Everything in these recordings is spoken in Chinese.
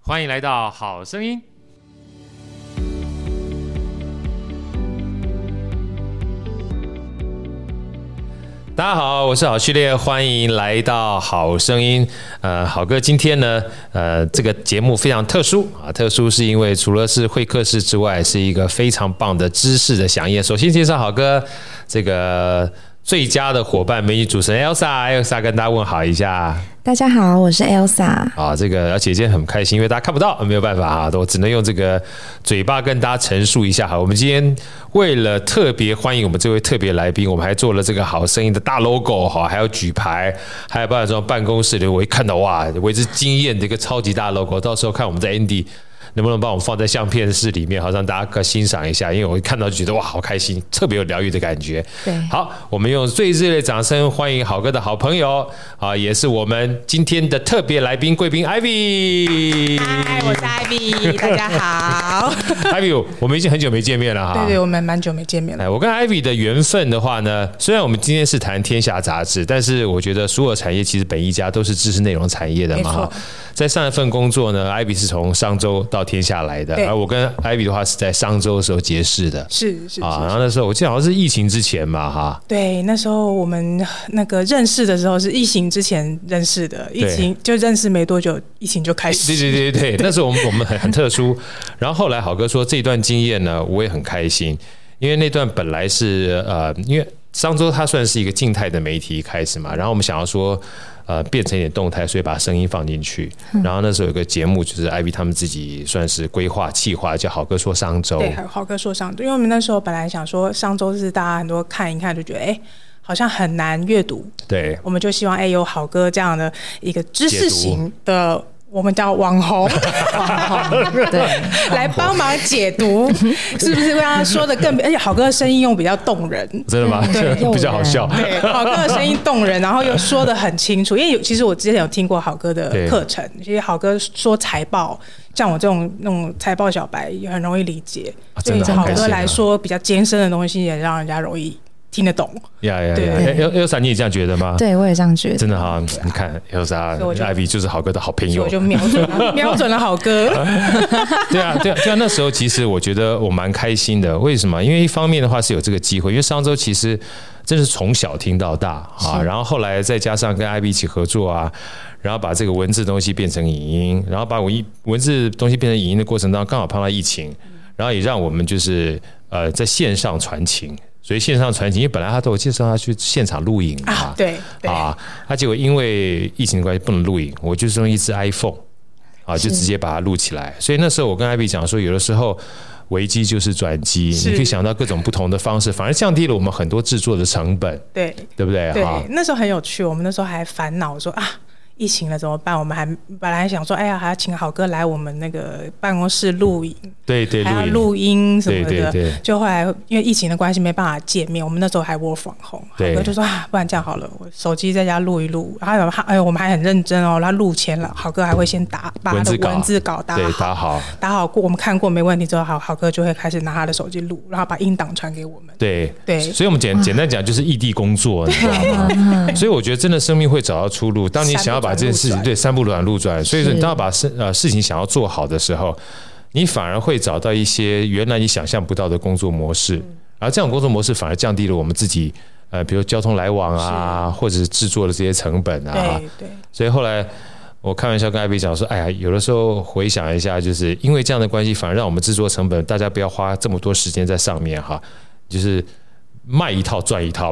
欢迎来到好声音。大家好，我是好序列，欢迎来到好声音。好哥，今天呢，这个节目非常特殊啊，特殊是因为除了是会客室之外，是一个非常棒的知识的飨宴。首先介绍好哥这个最佳的伙伴美女主持人 Elsa 跟大家问好一下。 大家好，我是 Elsa。 啊，这个而且今天很开心，因为大家看不到，没有办法啊，我只能用这个嘴巴跟大家陈述一下。好，我们今天为了特别欢迎我们这位特别来宾，我们还做了这个好声音的大 logo 哈，还有举牌，还有办公室里，我一看到哇，为之惊艳的一个超级大 logo， 到时候看我们在 Andy。能不能帮我们放在相片室里面，好让大家欣赏一下？因为我一看到就觉得哇，好开心，特别有疗愈的感觉。 对， 好，我们用最热烈的掌声欢迎好哥的好朋友啊，也是我们今天的特别来宾贵宾 Ivy。 嗨，我是 Ivy， 大家好。 Ivy， 我们已经很久没见面了哈。 对，我们蛮久没见面了。 我跟 Ivy 的缘分的话呢，虽然我们今天是谈天下杂志，但是我觉得所有产业其实本一家都是知识内容产业的嘛。在上一份工作呢 ，Ivy 是从商周到天下来的，而我跟 Ivy 的话是在商周的时候结识的。 是啊，然后那时候我记得好像是疫情之前嘛，哈。 对，那时候我们那个认识的时候是疫情之前认识的，疫情就认识没多久，疫情就开始。 对，那时候我们很特殊。然后后来好哥说这段经验呢，我也很开心，因为那段本来是因为商周它算是一个静态的媒体开始嘛，然后我们想要说。变成一点动态，所以把声音放进去。然后那时候有个节目，就是 Ivy 他们自己算是规划企划，叫好哥说商周。 对，好哥说商周，因为我们那时候本来想说商周是大家很多看一看就觉得好像很难阅读。 对， 我们就希望有好哥这样的一个知识型的。我们叫网红， 对， 来帮忙解读，是不是会让他说的更？而且好哥的声音又比较动人， 真的吗？对，比较好笑。 对，好哥的声音动人，然后又说的很清楚。因为其实我之前有听过好哥的课程，其实好哥说财报，像我这种那种财报小白也很容易理解。对好哥来说，比较艰深的东西也让人家容易。听得懂 ，Elsa 你也这样觉得吗？ 对，我也这样觉得。 真的哈，你看 Elsa Ivy 就是好哥的好朋友， 我就瞄准了好哥。 对啊，那时候其实我觉得我蛮开心的。为什么？因为一方面的话是有这个机会，因为商周其实真是从小听到大啊，然后后来再加上跟 Ivy 一起合作啊，然后把这个文字东西变成影音，然后把文字东西变成影音的过程当中，刚好碰到疫情，然后也让我们就是在线上传情。所以线上传情，因为本来他都有介绍他去现场录影嘛， 对啊，结果因为疫情的关系不能录影，我就是用一支 iPhone 啊，就直接把它录起来。所以那时候我跟 Ivy 讲说，有的时候危机就是转机，你可以想到各种不同的方式，反而降低了我们很多制作的成本，对不对？ 对，那时候很有趣，我们那时候还烦恼说疫情了怎么办？我们还本来想说，还要请好哥来我们那个办公室录影， 对， 还要录音什么的。 对。 就后来因为疫情的关系没办法见面，我们那时候还 work from home， 好哥就说不然这样好了，我手机在家录一录。然后我们还很认真哦，他录前了，好哥还会先把他的文字稿打好过，我们看过没问题之后，好哥就会开始拿他的手机录，然后把音档传给我们。 对，所以我们简单讲就是异地工作，你知道吗？所以我觉得真的生命会找到出路。当你想要把这件事情三不软路转，所以说你当要把事情想要做好的时候，你反而会找到一些原来你想象不到的工作模式，而这种工作模式反而降低了我们自己比如交通来往啊，或者是制作的这些成本啊。 对。 所以后来我开玩笑跟 Ivy 讲说，有的时候回想一下，就是因为这样的关系，反而让我们制作成本大家不要花这么多时间在上面哈，就是卖一套赚一套。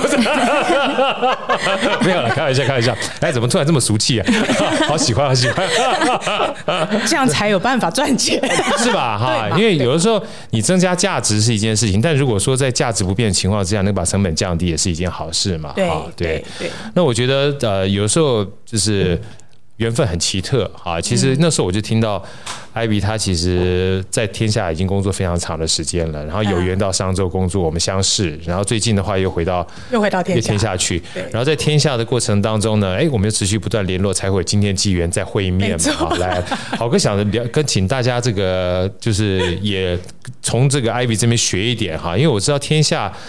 没有了，开玩笑。怎么突然这么俗气啊？好喜欢。 这样才有办法赚钱， 是吧？因为有的时候你增加价值是一件事情，但如果说在价值不变的情况之下，能把成本降低也是一件好事嘛。对。那我觉得有时候就是缘分很奇特啊。其实那时候我就听到Ivy 她其实在天下已经工作非常长的时间了，然后有缘到商周工作，我们相识，然后最近的话又回到天下去，然后在天下的过程当中呢，我们就持续不断联络，才会今天机缘再会面嘛。来，好哥想着请大家这个就是也从这个 Ivy 这边学一点哈，因为我知道天下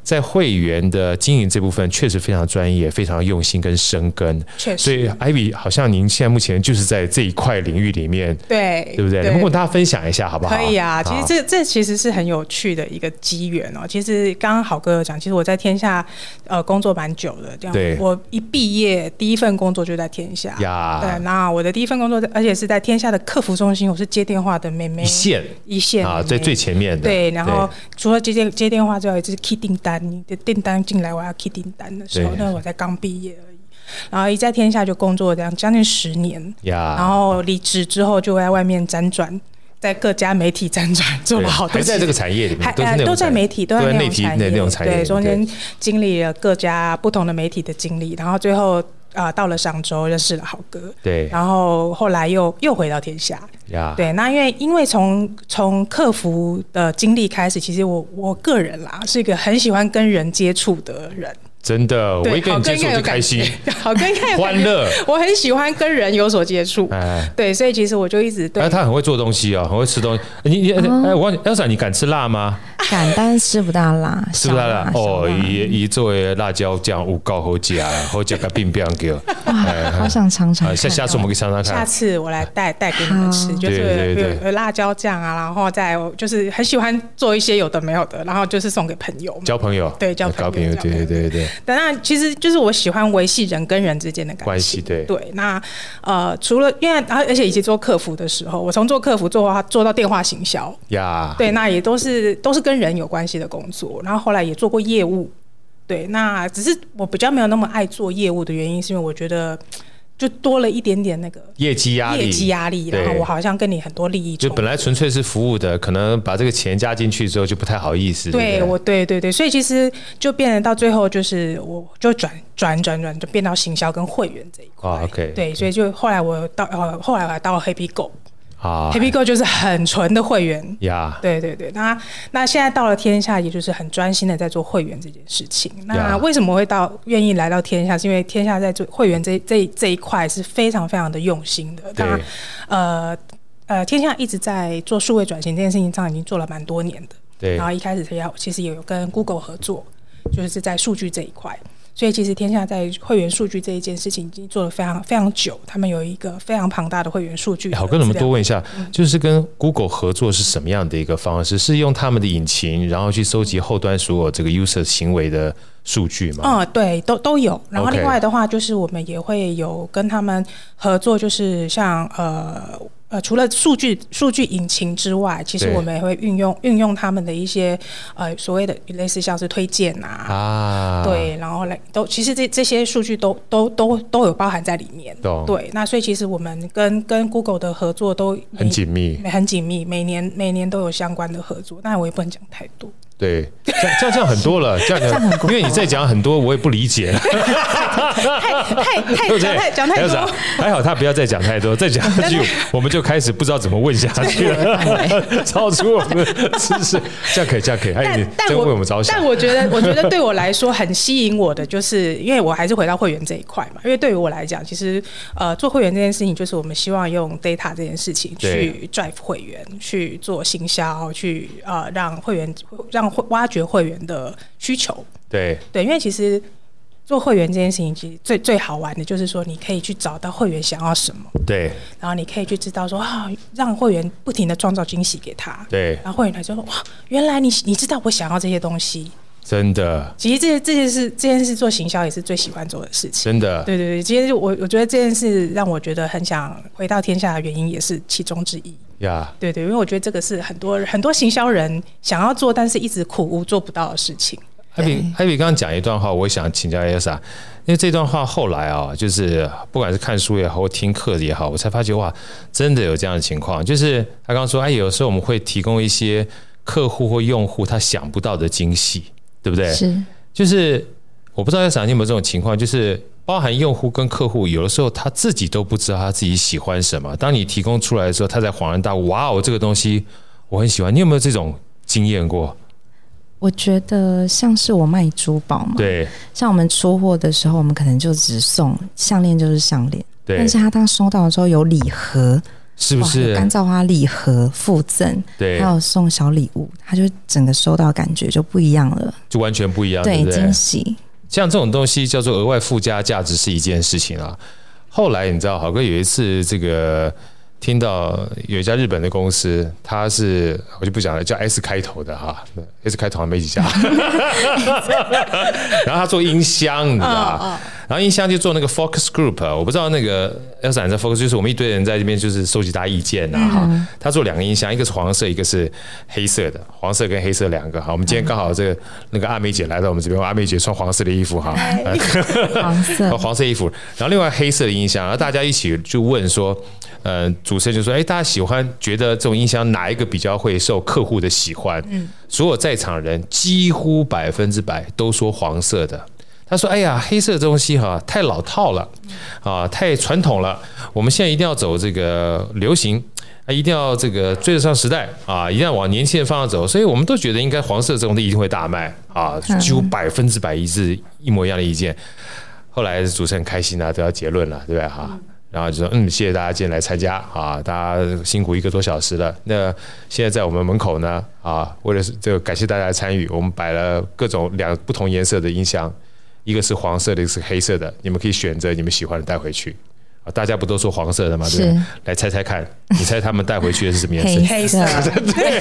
在会员的经营这部分确实非常专业，非常用心跟深耕。 确实， 所以 Ivy 好像您现在目前就是在这一块领域里面， 对不对？能不能跟大家分享一下好不好？ 可以啊，其实这其实是很有趣的一个机缘哦。其实刚刚好哥有讲，其实我在天下工作蛮久的，这样我一毕业第一份工作就在天下呀。对，那我的第一份工作，而且是在天下的客服中心，我是接电话的妹妹，一线啊，在最前面的。 对，然后除了接电话之外，也是 key 订单，你的订单进来我要 key 订单的时候，那我才刚毕业而已。然后一在天下就工作这样将近10年，然后离职之后就在外面辗转。在各家媒体辗转做了好多， 还在这个产业里面， 都在媒体，都在内容产业， 对，中间经历了各家不同的媒体的经历，然后最后到了上周认识了好哥， 对， 然后后来又回到天下，对，那因为从客服的经历开始，其实我个人啦是一个很喜欢跟人接触的人。 真的，我一跟你接触就开心， 好跟欢乐。我很喜欢跟人有所接触，对，所以其实我就一直对。 他很会做东西哦，很会吃东西。我Elsa，你敢吃辣吗？ 敢，但是吃不大辣， 吃不大辣哦。以作为辣椒酱，有够好吃啊，好吃个冰冰给。 好想尝尝。 下次我们可以尝尝看。 下次我来带给你们吃，就是有辣椒酱啊，然后再就是很喜欢做一些有的没有的，然后就是送给朋友， 交朋友， 对，交朋友， 对。 那其实就是我喜欢维系人跟人之间的关系，对。那除了因为而且以及做客服的时候，我从做客服做到电话行销呀，对，那也都是跟人有关系的工作。然后后来也做过业务，对。那只是我比较没有那么爱做业务的原因，是因为我觉得。就多了一点点那个业绩压力，然后我好像跟你很多利益冲突， 就本来纯粹是服务的，可能把这个钱加进去之后就不太好意思。 对，对，所以其实就变成到最后就是我就转就变到行销跟会员这一块。 OK， 对，所以就后来我还到了 Happy Go。Happy Go 就是很纯的会员呀，对。那现在到了天下，也就是很专心的在做会员这件事情。那为什么会愿意来到天下？是因为天下在做会员这一块是非常非常的用心的。天下一直在做数位转型这件事情上已经做了蛮多年的。对。然后一开始其实也有跟 Google 合作，就是在数据这一块。所以其实天下在会员数据这一件事情已经做了非常非常久，他们有一个非常庞大的会员数据。 好，跟我们多问一下，就是跟 Google 合作是什么样的一个方式？是用他们的引擎，然后去收集后端所有这个 user 行为的数据吗？ 对，都有。然后另外的话，就是我们也会有跟他们合作，就是像除了数据引擎之外，其实我们也会运用他们的一些所谓的类似像是推荐对，然后其实这些数据都有包含在里面。对，那所以其实我们跟 Google 的合作都很紧密， 每年都有相关的合作，但我也不能讲太多。 对，这样很多了，这样因为你再讲很多，我也不理解。 讲太多， 还好他不要再讲太多，再讲下去我们就开始不知道怎么问下去了，超出我们的知识。这样可以，真为我们着想。 但我觉得对我来说很吸引我的，就是因为我还是回到会员这一块嘛。因为对于我来讲，其实做会员这件事情，就是我们希望用 data 这件事情去 drive 会员，去做行销，去让挖掘会员的需求。对，因为其实做会员这件事情，其实最好玩的就是说，你可以去找到会员想要什么，对，然后你可以去知道说让会员不停的创造惊喜给他，对，然后会员他就说哇，原来你知道我想要这些东西。真的，其实这件事做行销也是最喜欢做的事情。真的，对，其实我觉得这件事让我觉得很想回到天下的原因也是其中之一。对，因为我觉得这个是很多行销人想要做，但是一直苦无做不到的事情。Ivy 刚刚讲一段话，我想请教 Elsa， 因为这段话后来就是不管是看书也好，或听课也好，我才发觉哇，真的有这样的情况。就是他刚刚说，有时候我们会提供一些客户或用户他想不到的惊喜。对不对？是，就是我不知道Elsa你有没有这种情况，就是包含用户跟客户，有的时候他自己都不知道他自己喜欢什么。当你提供出来的时候，他才恍然大悟，哇，这个东西我很喜欢。你有没有这种经验过？ 我觉得像是我卖珠宝嘛，对，像我们出货的时候，我们可能就只送项链就是项链，对，但是他当收到的时候有礼盒， 是不是？ 干燥花礼盒附赠， 对， 还有送小礼物，他就整个收到感觉就不一样了， 就完全不一样， 对， 对， 惊喜。 像这种东西叫做额外附加价值是一件事情啊。后来你知道，好哥有一次这个听到有一家日本的公司，它是我就不讲了，叫 S 开头的哈 ，S 开头还没几家。然后他做音箱，你知道然后音箱就做那个 Focus Group， 我不知道那个 Elsa 在 Focus， 就是我们一堆人在这边就是收集大家意见啊哈。他做2个音箱，一个是黄色，一个是黑色的，黄色跟黑色2个哈。我们今天刚好这个那个阿美姐来到我们这边，阿美姐穿黄色的衣服哈，黄色衣服，然后另外黑色的音箱，然后大家一起就问说，主持人就说，大家喜欢觉得这种音箱哪一个比较会受客户的喜欢？所有在场人几乎100%都说黄色的。他说：“哎呀，黑色的东西哈太老套了，太传统了。我们现在一定要走这个流行，一定要这个追得上时代啊，一定要往年轻的方向走。所以我们都觉得应该黄色这种东西一定会大卖啊，几乎100%一致一模一样的意见。后来主持人开心啊，得到结论了，对不对哈？然后就说谢谢大家今天来参加啊，大家辛苦1个多小时了。那现在在我们门口呢为了这个感谢大家的参与，我们摆了各种不同颜色的音箱。”一个是黄色的，一个是黑色的，你们可以选择你们喜欢的带回去。大家不都说黄色的吗？对不对？来猜猜看，你猜他们带回去的是什么颜色？ 黑色。对。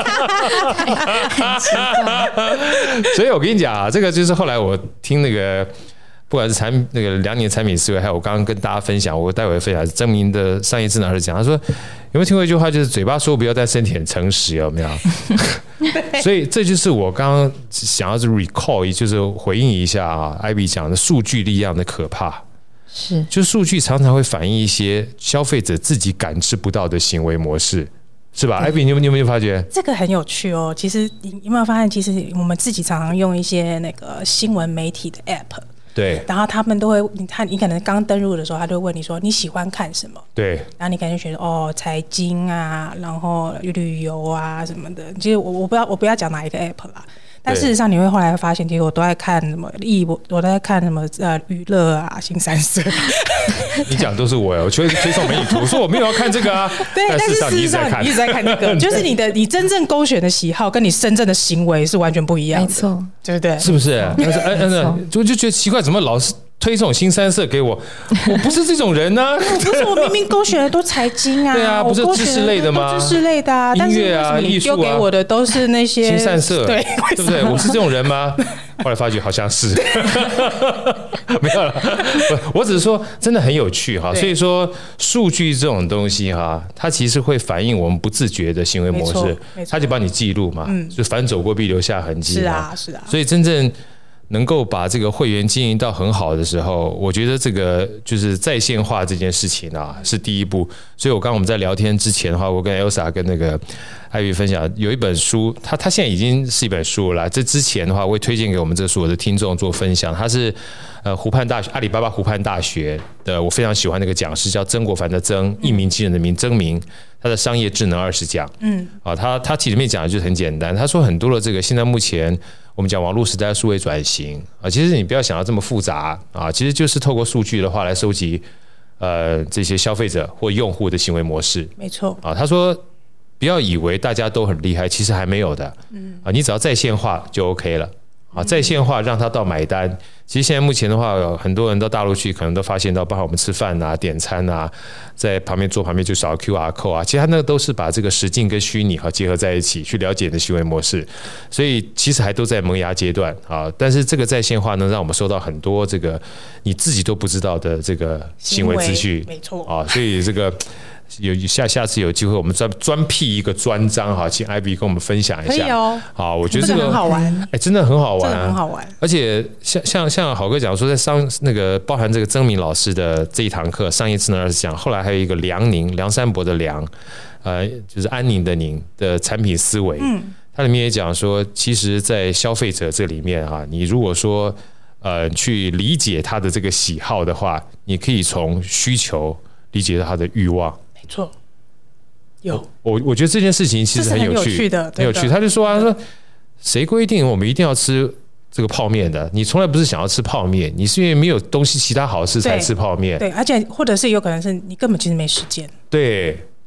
所以我跟你讲啊，这个就是后来我听那个，不管是那个2年产品思维，还有我刚刚跟大家分享，我待会分享曾明的商业智能是讲，他说有没有听过一句话，就是嘴巴说不要，但身体很诚实，有没有？所以这就是我刚刚想要 recall， 就是回应一下Ivy 讲的数据力量的可怕。 是， 就数据常常会反映一些消费者自己感知不到的行为模式，是吧？Ivy， 你有没有发觉这个很有趣哦？其实你有没有发现，其实我们自己常常用一些那个新闻媒体的 app。 对， 然后他们都会，你可能刚登入的时候，他就会问你说你喜欢看什么？ 对， 然后你可能选财经啊，然后旅游啊什么的。其实我不要讲哪一个 app 啦，但事实上你会后来发现，其实我都在看什么我都在看什么娱乐啊、新三色。 你讲都是我推送媒体图，我说我没有要看这个啊。 对，但是事实上你一直在看那个，就是你真正勾选的喜好跟你真正的行为是完全不一样的， 没错， 对不对？ 是不是？我就觉得奇怪，怎么老是推这种新三色给我？我不是这种人啊！ 不是，我明明勾选的都财经啊， 对啊，不是知识类的吗？ 知识类的啊， 音乐啊、艺术啊， 丢给我的都是那些新三色， 对不对？我是这种人吗？后来发觉好像是，没有了。我只是说真的很有趣哈。所以说数据这种东西哈，它其实会反映我们不自觉的行为模式，它就帮你记录嘛，就反走过必留下痕迹。 是啊，是啊。 所以真正能够把这个会员经营到很好的时候，我觉得这个就是在线化这件事情啊，是第一步。所以我刚刚我们在聊天之前的话，我跟 Elsa 跟那个Ivy 分享有一本书，它现在已经是一本书了。这之前的话，我会推荐给我们这所有的听众做分享。它是湖畔大学阿里巴巴湖畔大学的，我非常喜欢那个讲师叫曾国藩的曾，一鸣惊人的鸣，曾明。他的商业智能20讲，他其实里面讲的就是很简单。他说很多的这个现在目前我们讲网络时代数位转型啊，其实你不要想到这么复杂啊，其实就是透过数据的话来收集这些消费者或用户的行为模式。 没错啊，他说不要以为大家都很厉害，其实还没有的。你只要在线化就 OK 了。在线化让他到买单。其实现在目前的话，有很多人到大陆去，可能都发现到，包括我们吃饭啊、点餐啊，在旁边坐旁边就扫 QR code 啊，其实他那个都是把这个实境跟虚拟结合在一起，去了解你的行为模式。所以其实还都在萌芽阶段啊。但是这个在线化能让我们收到很多这个你自己都不知道的这个行为资讯， 没错啊。所以这个。下次有机会，我们专辟一个专章哈，请 Ivy 跟我们分享一下。 可以哦。 好，我觉得这个很好玩。 真的很好玩， 真的很好玩。 而且像好哥讲说，在那个包含这个曾明老师的这一堂课，商业智能20讲，后来还有一个梁山伯的梁，就是安宁的宁的产品思维。它里面也讲说，其实，在消费者这里面啊，你如果说去理解他的这个喜好的话，你可以从需求理解到他的欲望。 没错， 我觉得这件事情其实很有趣的， 很有趣。他就说说谁规定我们一定要吃这个泡面的？你从来不是想要吃泡面，你是因为没有东西其他好吃才吃泡面。 对，而且或者是有可能是你根本其实没时间。 对，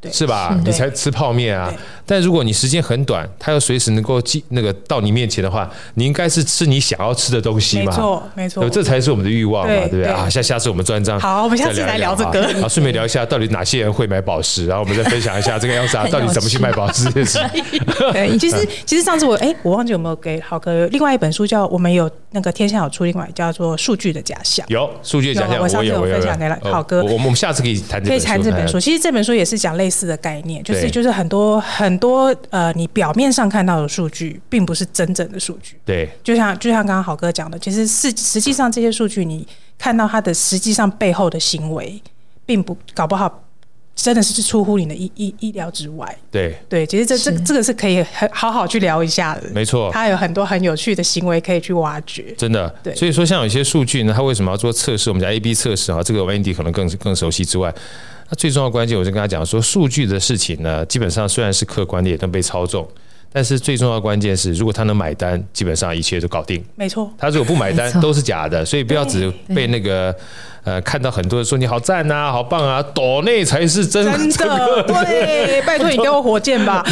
是吧？你才吃泡面啊。但如果你时间很短，它又随时能够到你面前的话，你应该是吃你想要吃的东西嘛。 没错， 这才是我们的欲望嘛，对不对啊？下次我们专章好，我们下次来聊这个， 好，顺便聊一下到底哪些人会买宝石，然后我们再分享一下这个Elsa到底怎么去买宝石的事。 其实上次我忘记有没有给好哥另外一本书叫我们有那个天下有出另外叫做数据的假象， 有数据的假象， 我上次有分享给好哥， 我们下次可以谈这本书。其实这本书也是讲类似的概念，就是很多你表面上看到的数据，并不是真正的数据。 对， 就像刚刚好哥讲的，其实实际上这些数据，你看到它的实际上背后的行为，并不搞不好真的是出乎你的意料之外。 对， 其实这个是可以好好去聊一下的。 没错， 它有很多很有趣的行为可以去挖掘。 真的，对。所以说，像有些数据呢，它为什么要做测试？我们讲 A/B 测试啊，这个 Andy 可能更熟悉之外。那最重要的关键，我就跟他讲说，数据的事情呢，基本上虽然是客观的，也能被操纵，但是最重要的关键是，如果他能买单，基本上一切都搞定。 没错， 他如果不买单，都是假的。所以不要只被那个看到很多人说你好赞啊，好棒啊，抖内才是真的。 对，拜托你给我火箭吧。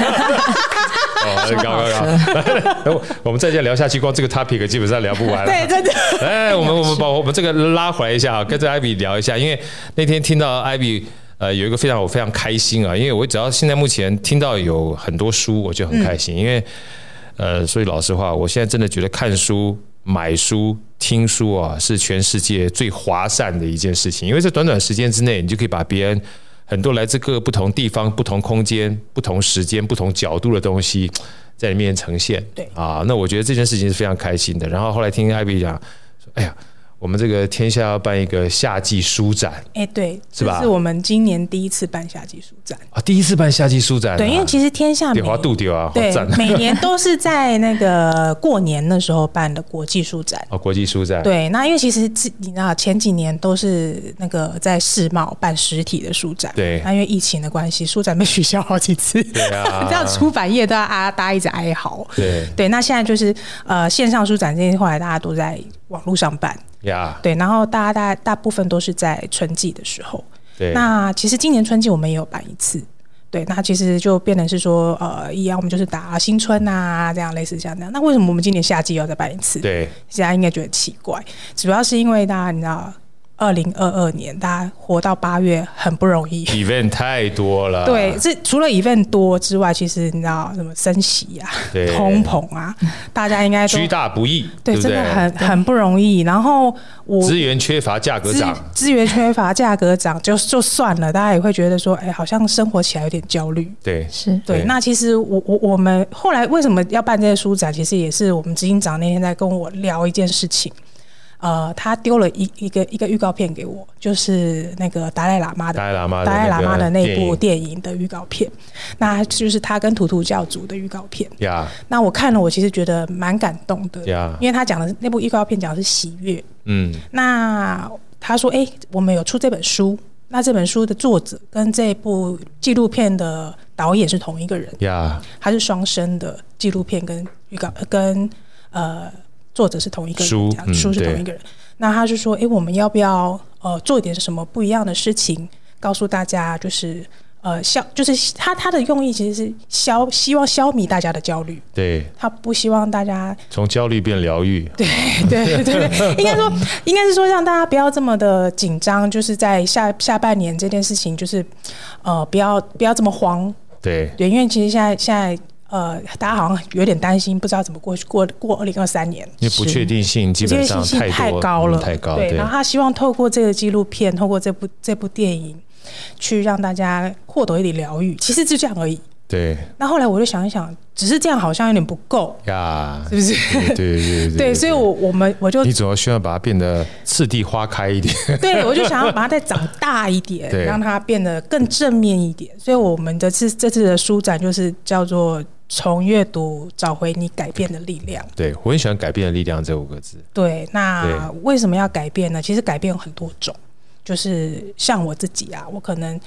高，我们再这样聊下去，光这个 topic 基本上聊不完了。 对，真的。 我们这个拉回来一下，跟着 Ivy 聊一下，因为那天听到 Ivy 有一个我非常开心啊，因为我只要现在目前听到有很多书，我就很开心，因为所以老实话，我现在真的觉得看书、买书、听书啊，是全世界最划算的一件事情，因为在短短时间之内，你就可以把别人很多来自各个不同地方、不同空间、不同时间、不同角度的东西在里面呈现。 对啊，那我觉得这件事情是非常开心的。然后后来听Ivy讲说，哎呀，我们这个天下要办一个夏季书展， 对， 是吧？ 这是我们今年第一次办夏季书展啊，第一次办夏季书展。 对，因为其实天下对每年都是在那个过年的时候办的国际书展。 国际书展。 对，那因为其实你知道前几年都是那个在世贸办实体的书展， 对， 那因为疫情的关系，书展被取消好几次， 对啊， 这样出版业都要大家一直哀嚎。 对， 那现在就是线上书展这些，后来大家都在网络上办。对，然后大部分都是在春季的时候。 对， 那其实今年春季我们也有办一次。对，那其实就变成是说，一样我们就是打新春啊，这样类似像这样。那为什么我们今年夏季要再办一次？ 对， 大家应该觉得奇怪，主要是因为大家你知道。2022年，大家活到8月很不容易 ，event 太多了。 对，这除了 event 多之外，其实你知道什么升息啊、通膨啊，大家应该都居大不易，对不对？ 真的很不容易。然后资源缺乏，价格涨， 资源缺乏，价格涨就算了，大家也会觉得说，好像生活起来有点焦虑。 对， 是对。那其实我们后来为什么要办这些书展？其实也是我们执行长那天在跟我聊一件事情。他丢了一个预告片给我，就是那个达赖喇嘛的那部电影的预告片，那就是他跟图图教主的预告片。那我看了，我其实觉得蛮感动的，因为他讲的那部预告片讲的是喜悦。那他说，我们有出这本书，那这本书的作者跟这部纪录片的导演是同一个人，他是双生的纪录片跟预告跟作者是同一个人，书是同一个人。那他就说，我们要不要做一点什么不一样的事情，告诉大家，就是就是他的用意其实是希望消弭大家的焦虑。 对， 他不希望大家从焦虑变疗愈。 对，应该是说让大家不要这么的紧张，就是在下半年这件事情，就是不要这么慌。对，因为其实现在。大家好像有点担心，不知道怎么过2023年， 因为不确定性基本上太高了， 对。 然后他希望透过这个纪录片，透过这部电影，去让大家获得一点疗愈。其实就这样而已。对。那后来我就想一想，只是这样好像有点不够呀，是不是？对，所以我就你总要需要把它变得次第花开一点。对， 我就想要把它再长大一点，让它变得更正面一点。所以我们这次的书展就是叫做。从阅读找回你改变的力量。 对，我很喜欢改变的力量这5个字。 对，那为什么要改变呢？其实改变有很多种，就是像我自己啊，我可能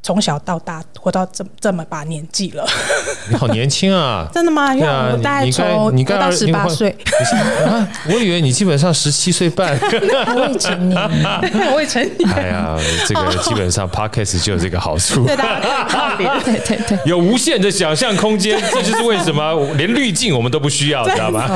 从小到大活到这么把年纪了。 你好年轻啊！ 真的吗？因为我大概从活到18岁。 我以为你基本上17岁半。 未成年， 未成年。 哎呀，这个基本上 podcast 就有这个好处。 对，大家看脸， 对， 有无限的想象空间，这就是为什么连滤镜我们都不需要，知道吧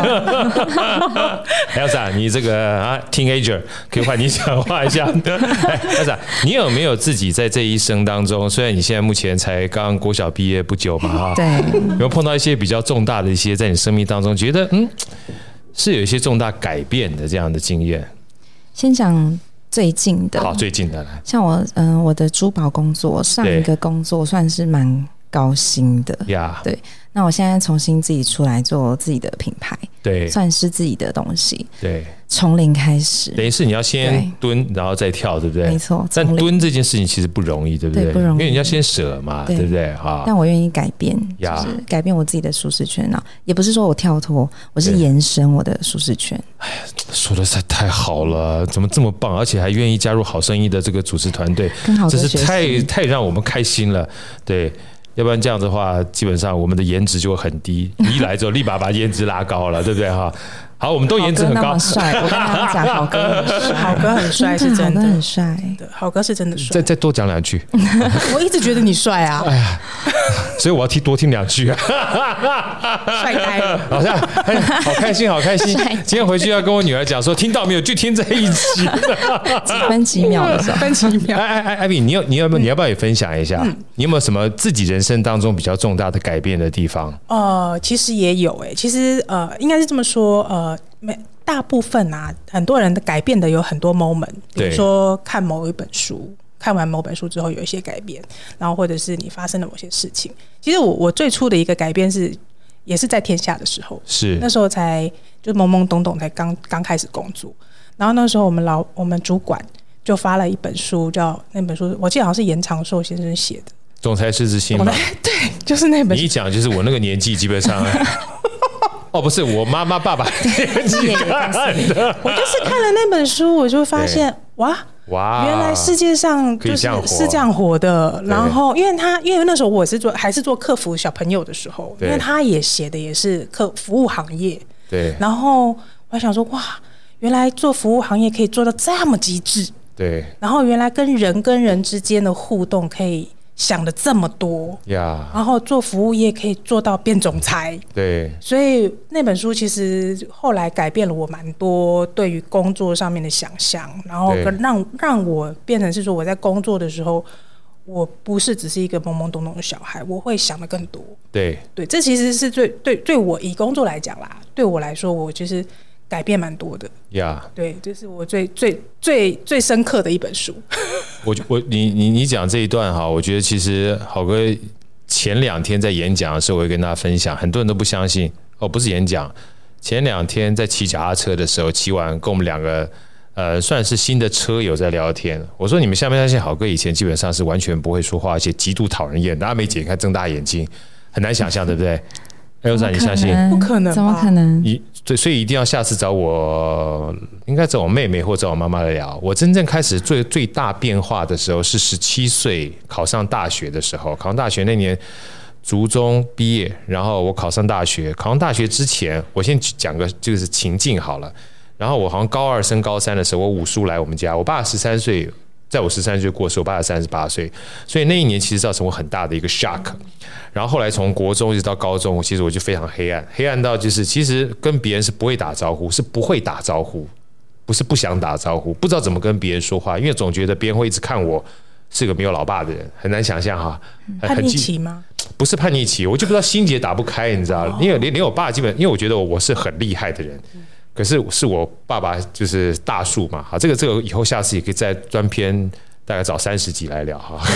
？Elsa， 你这个teenager 可以换你讲话一下。Elsa， 你有没有自己在这一生当中？虽然你现在目前才刚国小毕业不久嘛， 对， 有没有碰到一些比较重大的一些在你生命当中，觉得是有一些重大改变的这样的经验？ 先讲最近的， 好，最近的来， 像我的珠宝工作，上一个工作算是蛮高薪的呀， 对。那我现在重新自己出来做自己的品牌， 对， 算是自己的东西， 对， 从零开始， 等于是你要先蹲，然后再跳，对不对？ 没错。 但蹲这件事情其实不容易，对不对？ 不容易， 因为你要先舍嘛，对不对？哈。 但我愿意改变，就是改变我自己的舒适圈啊，也不是说我跳脱，我是延伸我的舒适圈。 哎呀，说的实在太好了，怎么这么棒？而且还愿意加入好声音的这个主持团队，这是太让我们开心了，对。要不然这样子的话，基本上我们的颜值就会很低。你一来之后，立马把颜值拉高了，对不对哈？好，我们都颜值很高。 好哥那么帅，我跟他们讲，好哥很帅， 好哥很帅，是真的， 很帅。 好哥是真的帅。 再多讲2句。 我一直觉得你帅啊。 哎呀，所以我要多听2句啊。 帅呆了， 好像好开心，好开心。今天回去要跟我女儿讲说，听到没有，就听在一起。 几分几秒的时候， 分几秒。 艾比，你要不要也分享一下？你有没有什么自己人生当中比较重大的改变的地方？ 其实也有其实应该是这么说大部分很多人的改变的有很多 moment， 比如说看某一本书，看完某本书之后有一些改变，然后或者是你发生了某些事情。其实我最初的一个改变也是在天下的时候， 是那时候才就懵懵懂懂才刚开始工作，然后那时候我们主管就发了一本书，那本书我记得好像是严长寿先生写的。 总裁是之心吗？ 对，就是那本书。 你一讲就是我那个年纪，基本上不是我妈妈爸爸年纪看的。 我就是看了那本书，我就发现哇，原来世界上就是是这样活的。然后，因为那时候我还是做客服小朋友的时候，因为他也写的也是服务行业。 对。 然后我还想说，哇，原来做服务行业可以做到这么极致。 对。 然后原来跟人之间的互动可以想的这么多，然后做服务业可以做到变总裁， 对， 所以那本书其实后来改变了我蛮多对于工作上面的想象，然后让我变成是说我在工作的时候，我不是只是一个懵懵懂懂的小孩，我会想的更多。对，这其实是对我以工作来讲啦，对我来说，我就是改变蛮多的。对，这是我最深刻的一本书。 你讲这一段哈，我觉得其实好哥前2天在演讲的时候，我会跟大家分享，很多人都不相信不是演讲，前2天在骑脚踏车的时候，骑完跟我们2个算是新的车友在聊天。我说你们相不相信好哥以前基本上是完全不会说话，而且极度讨人厌，大家没解开睁大眼睛，很难想象，对不对？Elsa，你相信？ 不可能， 怎么可能？ 所以一定要下次找我，应该找我妹妹或找我妈妈来聊。我真正开始最大变化的时候是17岁考上大学的时候。考上大学那年，卒中毕业，然后我考上大学。考上大学之前，我先讲个就是情境好了。然后我好像高2升高3的时候，我五叔来我们家，我爸13岁。在我13岁过世，我爸38岁，所以那一年其实造成我很大的一个 shock。然后后来从国中一直到高中，其实我就非常黑暗到就是其实跟别人是不会打招呼，是不会打招呼，不是不想打招呼，不知道怎么跟别人说话，因为总觉得别人会一直看我是个没有老爸的人，很难想象哈。 叛逆期吗？ 不是叛逆期，我就不知道心结打不开，你知道？因为连我爸基本，因为我觉得我是很厉害的人。可是我爸爸就是大树嘛，好，这个以后下次也可以再专篇，大概找30集来聊哈。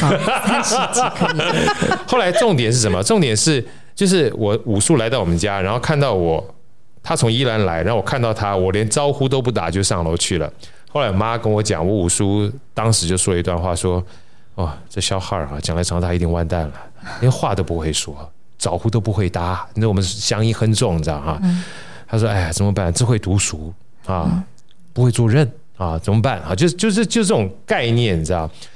30集可以。 后来重点是什么？重点是就是我五叔来到我们家，然后看到我，他从宜兰来，然后我看到他，我连招呼都不打就上楼去了。后来我妈跟我讲，我五叔当时就说了一段话，说：“哦，这小孩啊，将来长大一定完蛋了，连话都不会说，招呼都不会打。你知道我们乡音很重，你知道哈。”他说：“哎呀，怎么办？只会读书啊，不会做人啊，怎么办啊？就是这种概念，你知道？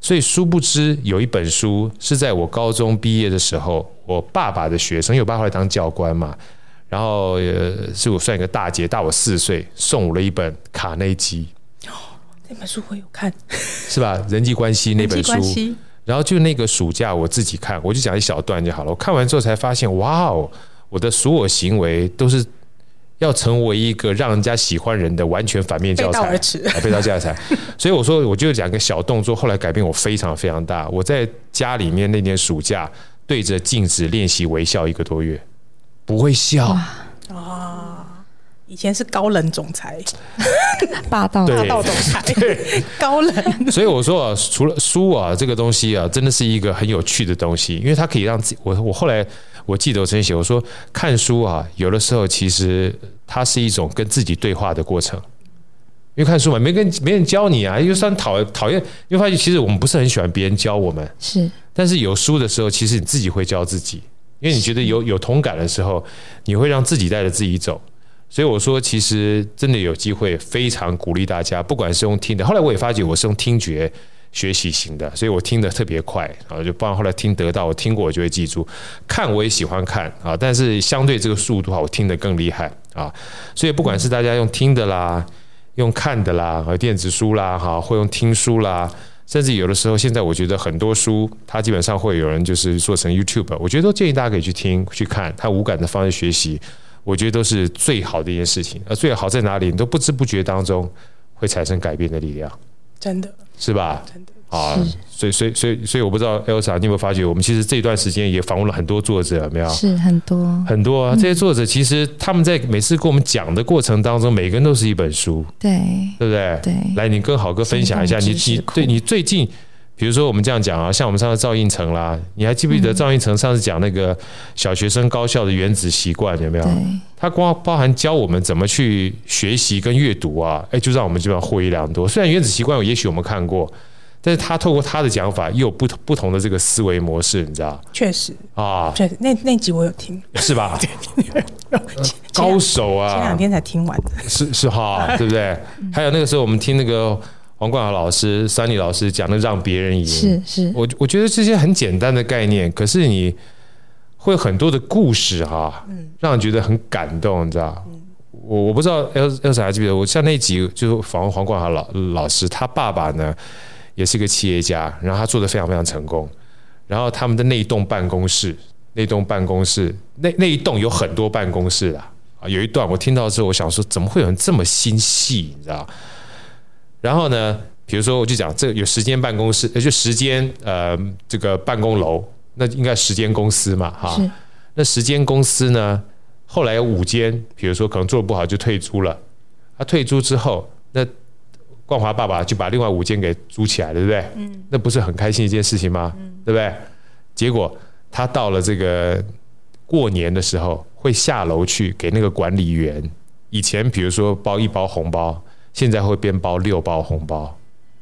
所以殊不知有一本书是在我高中毕业的时候，我爸爸的学生，因为我爸后来当教官嘛，然后是我算一个大姐，大我4岁，送我了一本卡内基。 那本书我有看， 是吧？人际关系那本书。然后就那个暑假我自己看，我就讲一小段就好了。我看完之后才发现，哇哦，我的所有行为都是要成为一个让人家喜欢人的完全反面教材，背道教材。所以我说，我就讲一个小动作，后来改变我非常非常大。我在家里面那年暑假对着镜子练习微笑1个多月，不会笑。 以前是高冷总裁， 霸道总裁，高冷。 所以我说啊，除了书啊这个东西啊，真的是一个很有趣的东西，因为它可以让自己我后来我记得我曾经写，我说看书啊，有的时候其实它是一种跟自己对话的过程。因为看书嘛，没人教你啊，又算讨厌，因为发现其实我们不是很喜欢别人教我们， 是。 但是有书的时候，其实你自己会教自己，因为你觉得有同感的时候，你会让自己带着自己走。所以我说，其实真的有机会，非常鼓励大家，不管是用听的。后来我也发觉我是用听觉学习型的，所以我听得特别快啊，就不然后来听得到，我听过我就会记住。看我也喜欢看啊，但是相对这个速度我听得更厉害啊。所以不管是大家用听的啦，用看的啦，电子书啦，或用听书啦，甚至有的时候，现在我觉得很多书，它基本上会有人就是做成 YouTube， 我觉得都建议大家可以去听去看，它无感的方式学习。我觉得都是最好的一件事情，而最好在哪里？你都不知不觉当中会产生改变的力量， 真的是吧？ 真的啊，所以我不知道 Elsa 你有没有发觉，我们其实这一段时间也访问了很多作者，有没有？ 是很多啊，这些作者其实他们在每次跟我们讲的过程当中，每个人都是一本书， 对不对？ 对， 来，你跟好哥分享一下，你最近。比如说我们这样讲啊，像我们上次赵胤丞啦，你还记不记得赵胤丞上次讲那个小学生高效的原子习惯有没有？他光包含教我们怎么去学习跟阅读啊，就让我们基本上获益良多。虽然原子习惯也许我们看过，但是他透过他的讲法，又有不同的这个思维模式，你知道？ 确实啊，确实那集我有听， 是吧？高手啊， 前2天才听完的， 是哈，对不对？还有那个时候我们听那个。黄冠豪老师、Sunny 老师讲的让别人赢， 是我觉得这些很简单的概念，可是你会有很多的故事哈，让人觉得很感动，你知道？我不知道 Elsa 还记不记得，我像那集就是访问黄冠豪老师，他爸爸呢也是一个企业家，然后他做得非常非常成功，然后他们的那一栋办公室那一栋有很多办公室啊，有一段我听到之后，我想说怎么会有人这么心细，你知道？然后呢，比如说我就讲这有10间办公室，就10间这个办公楼，那应该10间公司嘛，哈。那10间公司呢，后来有5间，比如说可能做得不好就退租了。他退租之后，那冠华爸爸就把另外5间给租起来了，对不对？那不是很开心一件事情吗？对不对？结果他到了这个过年的时候，会下楼去给那个管理员，以前比如说包1包红包。现在会变包6包红包，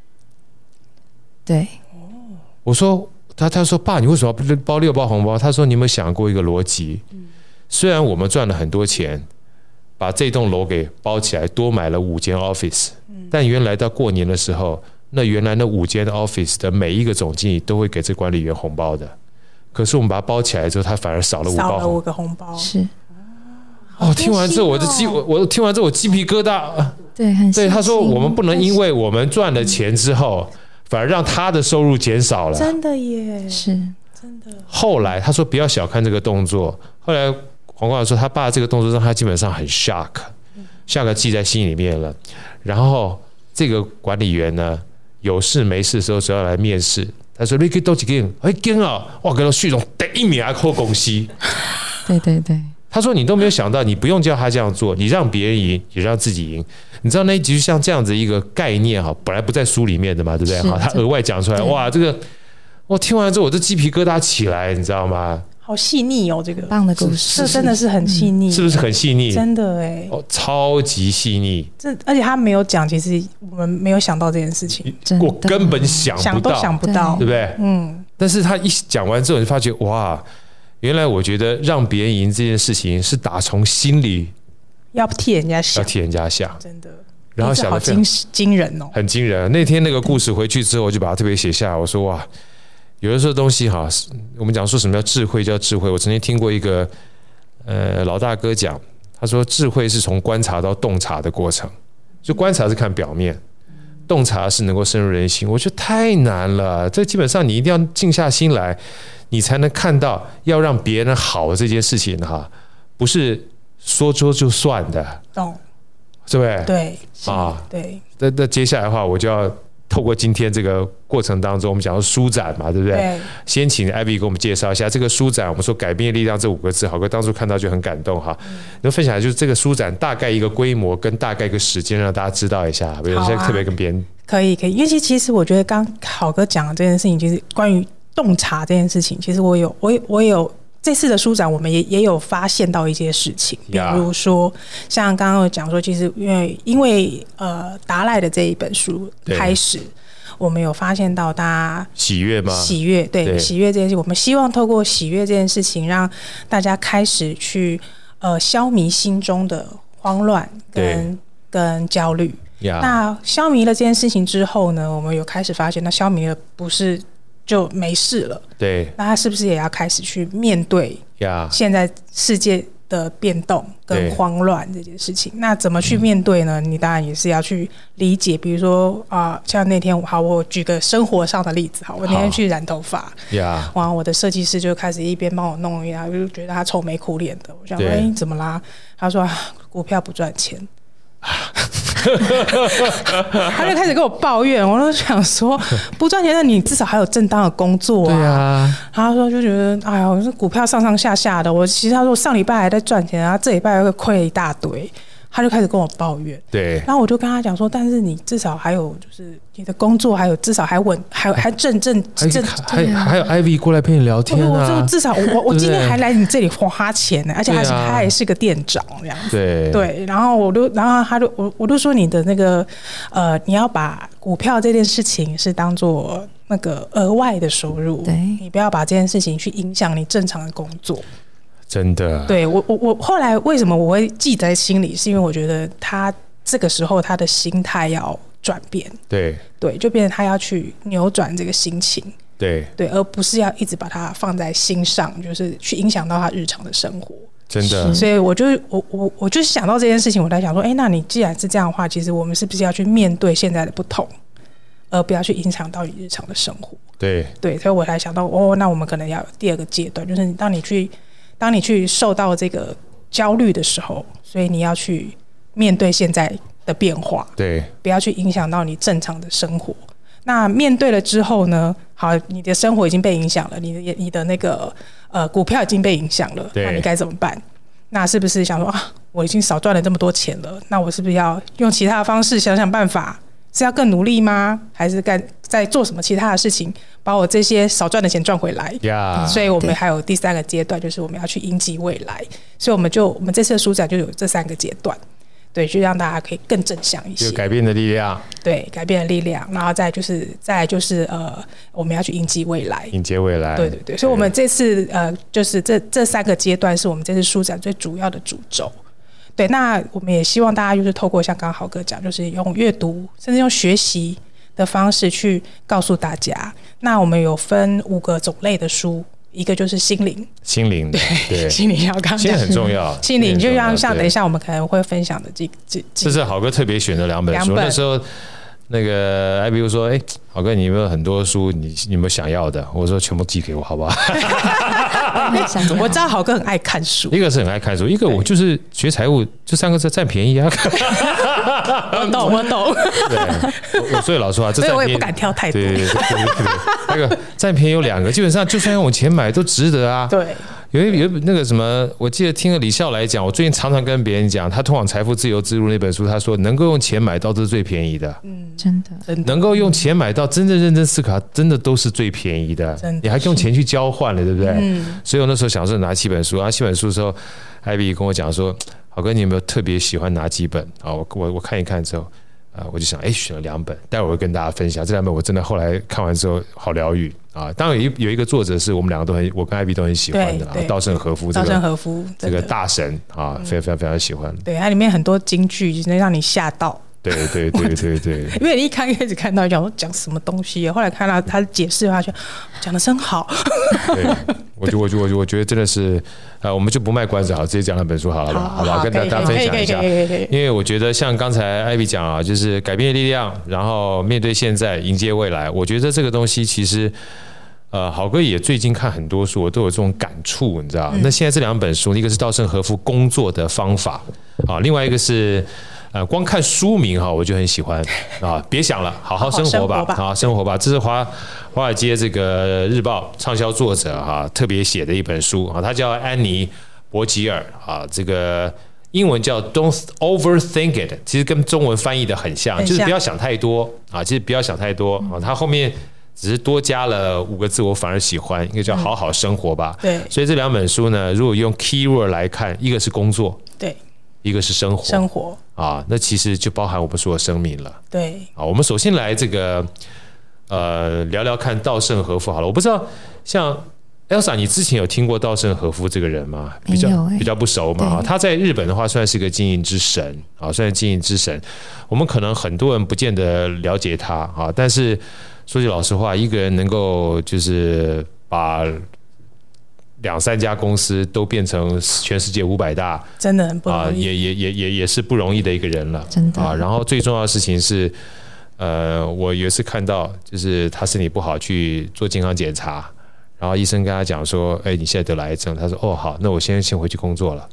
对。 我说他说爸，你为什么要包6包红包？他说你有没有想过一个逻辑？虽然我们赚了很多钱，把这栋楼给包起来，多买了5间 office，但原来到过年的时候，那原来那5间 office 的每一个总经理都会给这管理员红包的。可是我们把它包起来之后，他反而少了5 个红包。 是。 听完之后我听完之后我鸡皮疙瘩。 对， 他说我们不能因为我们赚了钱之后，反而让他的收入减少了。 真的耶， 是真的。 后来他说不要小看这个动作。后来黄冠说他爸这个动作让他基本上很 shock 记在心里面了。然后这个管理员呢，有事没事的时候只要来面试，他说你可以多几件，我给他续总第1名还扣公司。 对。 他说：“你都没有想到，你不用叫他这样做，你让别人赢，也让自己赢。你知道那一集就像这样子一个概念哈，本来不在书里面的嘛，对不对？好，他额外讲出来，哇，这个我听完之后，我这鸡皮疙瘩起来，你知道吗？ 好细腻哦，这个棒的故事， 这真的是很细腻， 是不是很细腻？ 真的哎， 超级细腻。 而且他没有讲，其实我们没有想到这件事情， 我根本想不到，对不对？但是他一讲完之后，你就发觉哇。”原来我觉得让别人赢这件事情是打从心里要替人家想， 真的然后想得好惊人哦， 很惊人。那天那个故事回去之后，我就把它特别写下来。我说哇，有的时候东西哈，我们讲说什么叫智慧，叫智慧。我曾经听过一个老大哥讲，他说智慧是从观察到洞察的过程，就观察是看表面。洞察是能够深入人心，我觉得太难了。这基本上你一定要静下心来，你才能看到要让别人好这件事情哈，不是说就算的， 懂， 对不对？ 对啊， 对。 那接下来的话，我就要透过今天这个过程当中，我们讲到书展嘛，对不对？ 对。 先请 Ivy 给我们介绍一下这个书展。我们说改变力量这5个字，好哥当初看到就很感动哈。能分享就是这个书展大概一个规模跟大概一个时间，让大家知道一下。有些特别跟别人可以，因为其实我觉得刚好哥讲的这件事情，就是关于洞察这件事情，其实我有这次的书展，我们也有发现到一些事情，比如说像刚刚有讲说，其实因为达赖的这一本书开始。我们有发现到大家喜悦吗？ 喜悦，对喜悦这件事情，我们希望透过喜悦这件事情，让大家开始去消弭心中的慌乱跟焦虑。那消弭了这件事情之后呢，我们有开始发现，那消弭了不是就没事了。 对， 那他是不是也要开始去面对现在世界的变动跟慌乱这件事情？那怎么去面对呢？你当然也是要去理解，比如说像那天我举个生活上的例子，我那天去染头发，哇，我的设计师就开始一边帮我弄一下，就觉得他愁眉苦脸的。我想说，怎么啦？他说股票不赚钱。他就开始跟我抱怨，我都想说不赚钱，那你至少还有正当的工作啊。 对啊， 他说就觉得哎呀，这股票上上下下的，其实他说上礼拜还在赚钱，然后这礼拜又亏了一大堆。他就开始跟我抱怨， 对， 然后我就跟他讲说，但是你至少还有就是你的工作还有至少还稳，还还有 Ivy 过来陪你聊天啊， 我至少我今天还来你这里花钱呢，而且他也是个店长这样子，对，然后我就说你的那个你要把股票这件事情是当做那个额外的收入，对，你不要把这件事情去影响你正常的工作。 真的， 对，我后来为什么我会记在心里，是因为我觉得他这个时候他的心态要转变，对，就变成他要去扭转这个心情，对，而不是要一直把它放在心上，就是去影响到他日常的生活。真的，所以我就想到这件事情，我在想说，那你既然是这样的话，其实我们是不是要去面对现在的不同，而不要去影响到你日常的生活？对，所以我才想到，那我们可能要有第二个阶段，就是当你去受到这个焦虑的时候，所以你要去面对现在的变化，对，不要去影响到你正常的生活。那面对了之后呢，好，你的生活已经被影响了，你的那个股票已经被影响了，那你该怎么办？那是不是想说我已经少赚了这么多钱了，那我是不是要用其他的方式想办法？是要更努力吗？还是在做什么其他的事情，把我这些少赚的钱赚回来？所以我们还有第三个阶段，就是我们要去迎击未来。所以我们这次的书展就有这3个阶段，对，就让大家可以更正向一些。有改变的力量， 对，改变的力量，然后再来就是我们要去迎击未来， 迎接未来。 对，所以我们这次就是这3个阶段是我们这次书展最主要的主轴。对，那我们也希望大家就是透过像刚刚豪哥讲，就是用阅读甚至用学习的方式去告诉大家。那我们有分5个种类的书，一个就是心灵，对，心灵要刚心灵很重要， 心灵就像等一下我们可能会分享的这是豪哥特别选的2本书。那时候那个比如说豪哥你有没有很多书，你有没有想要的？我说全部寄给我好不好？ 我知道豪哥很爱看书， 一个是很爱看书，一个我就是学财务，这3个字占便宜啊。 我懂。 对，我所以老实话，这我也不敢挑太多。对， 那个占便宜有2个，基本上就算用钱买都值得啊。对。有那个什么，我记得听了李笑来讲，我最近常常跟别人讲，他通往财富自由之路那本书，他说能够用钱买到都是最便宜的， 真的， 能够用钱买到真正认真思考，真的都是最便宜的，你还用钱去交换了，对不对？所以我那时候想说拿7本书，然后7本书的时候，艾比跟我讲说，豪哥你有没有特别喜欢哪几本啊？我看一看之后。我就想，选了2本，待会儿会跟大家分享。这2本我真的后来看完之后好疗愈啊！当然有一个作者是我们2个我跟艾比都很喜欢的，稻盛和夫这个大神啊，非常非常喜欢。 对，它里面很多金句，能让你吓到。 对， 因为你一开始看到讲什么东西，后来看到他解释的话，就讲的真好。 对，我觉得真的是，我们就不卖关子，好，直接讲那本书好了吧？好吧，跟大家分享一下。因为我觉得像刚才Ivy讲啊，就是改变的力量，然后面对现在，迎接未来。我觉得这个东西其实。好哥也最近看很多书，我都有这种感触，你知道？那现在这2本书，一个是稻盛和夫工作的方法啊，另外一个是光看书名哈，我就很喜欢啊，别想了，好好生活吧，好生活吧。这是华尔街这个日报畅销作者哈特别写的一本书啊，他叫安妮伯吉尔啊，这个英文叫 Don't Overthink It， 其实跟中文翻译的很像，就是不要想太多啊，其实不要想太多啊，他后面。只是多加了5个字，我反而喜欢，一个叫好好生活吧。 对， 所以这2本书呢，如果用 keyword 来看，一个是工作， 对， 一个是生活啊，那其实就包含我们所有生命了。 对， 啊，我们首先来这个聊聊看稻盛和夫好了。我不知道像 Elsa， 你之前有听过稻盛和夫这个人吗？比较不熟嘛。他在日本的话算是个经营之神啊，算是经营之神。我们可能很多人不见得了解他啊，但是。说句老实话，一个人能够就是把2-3家公司都变成全世界500大， 真的很不容易， 也是不容易的一个人了， 真的。 然后最重要的事情是，我有一次看到，就是他身体不好去做健康检查，然后医生跟他讲说：“哎，你现在得了癌症。”他说：“哦，好，那我先回去工作了。”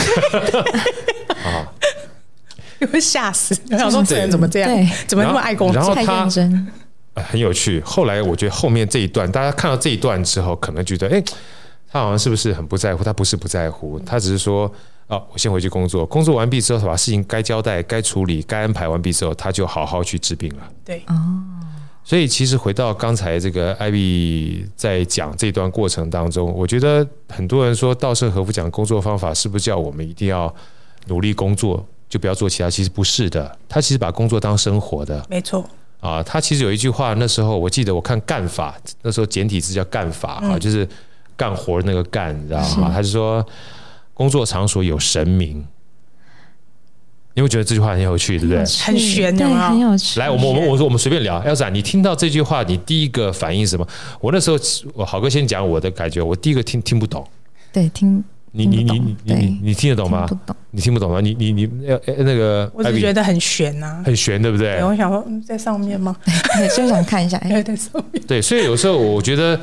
啊， 会吓死！我想说这人怎么这样？怎么那么爱工作？ 太认真。 很有趣。后来我觉得后面这一段，大家看到这一段之后，可能觉得，他好像是不是很不在乎？他不是不在乎，他只是说，我先回去工作，工作完毕之后，把事情该交代、该处理、该安排完毕之后，他就好好去治病了。 对， 所以其实回到刚才这个Ivy在讲这段过程当中，我觉得很多人说稻盛和夫讲工作方法，是不是叫我们一定要努力工作，就不要做其他？其实不是的，他其实把工作当生活的， 没错。 他其实有一句话，那时候我记得我看干法，那时候简体字叫干法就是干活那个干，你知道吗？他就说工作场所有神明，你会觉得这句话很有趣，对不对？ 很玄， 对，很有趣。 来，我们随便聊。Elsa，你听到这句话，你第一个反应是什么？我那时候好哥先讲我的感觉，我第一个听不懂。 对， 你听得懂吗？ 听不懂， 你听不懂吗？你那个， 我只觉得很悬啊， 很悬，对不对？ 我想说，在上面吗？ 就想看一下， 在上面。 对，所以有时候我觉得，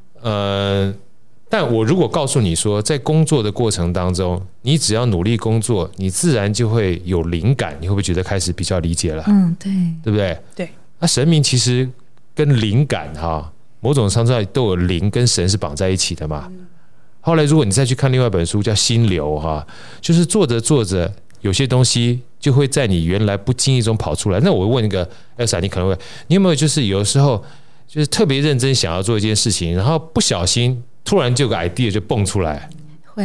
但我如果告诉你说，在工作的过程当中，你只要努力工作，你自然就会有灵感，你会不会觉得开始比较理解了？ 对， 对不对？ 对。 那神明其实跟灵感某种程度上都有灵跟神是绑在一起的嘛。后来，如果你再去看另外一本书，叫《心流》就是做着做着，有些东西就会在你原来不经意中跑出来。那我问一个 Elsa， 你可能会，你有没有就是有时候就是特别认真想要做一件事情，然后不小心突然就有个 idea 就蹦出来？ 会，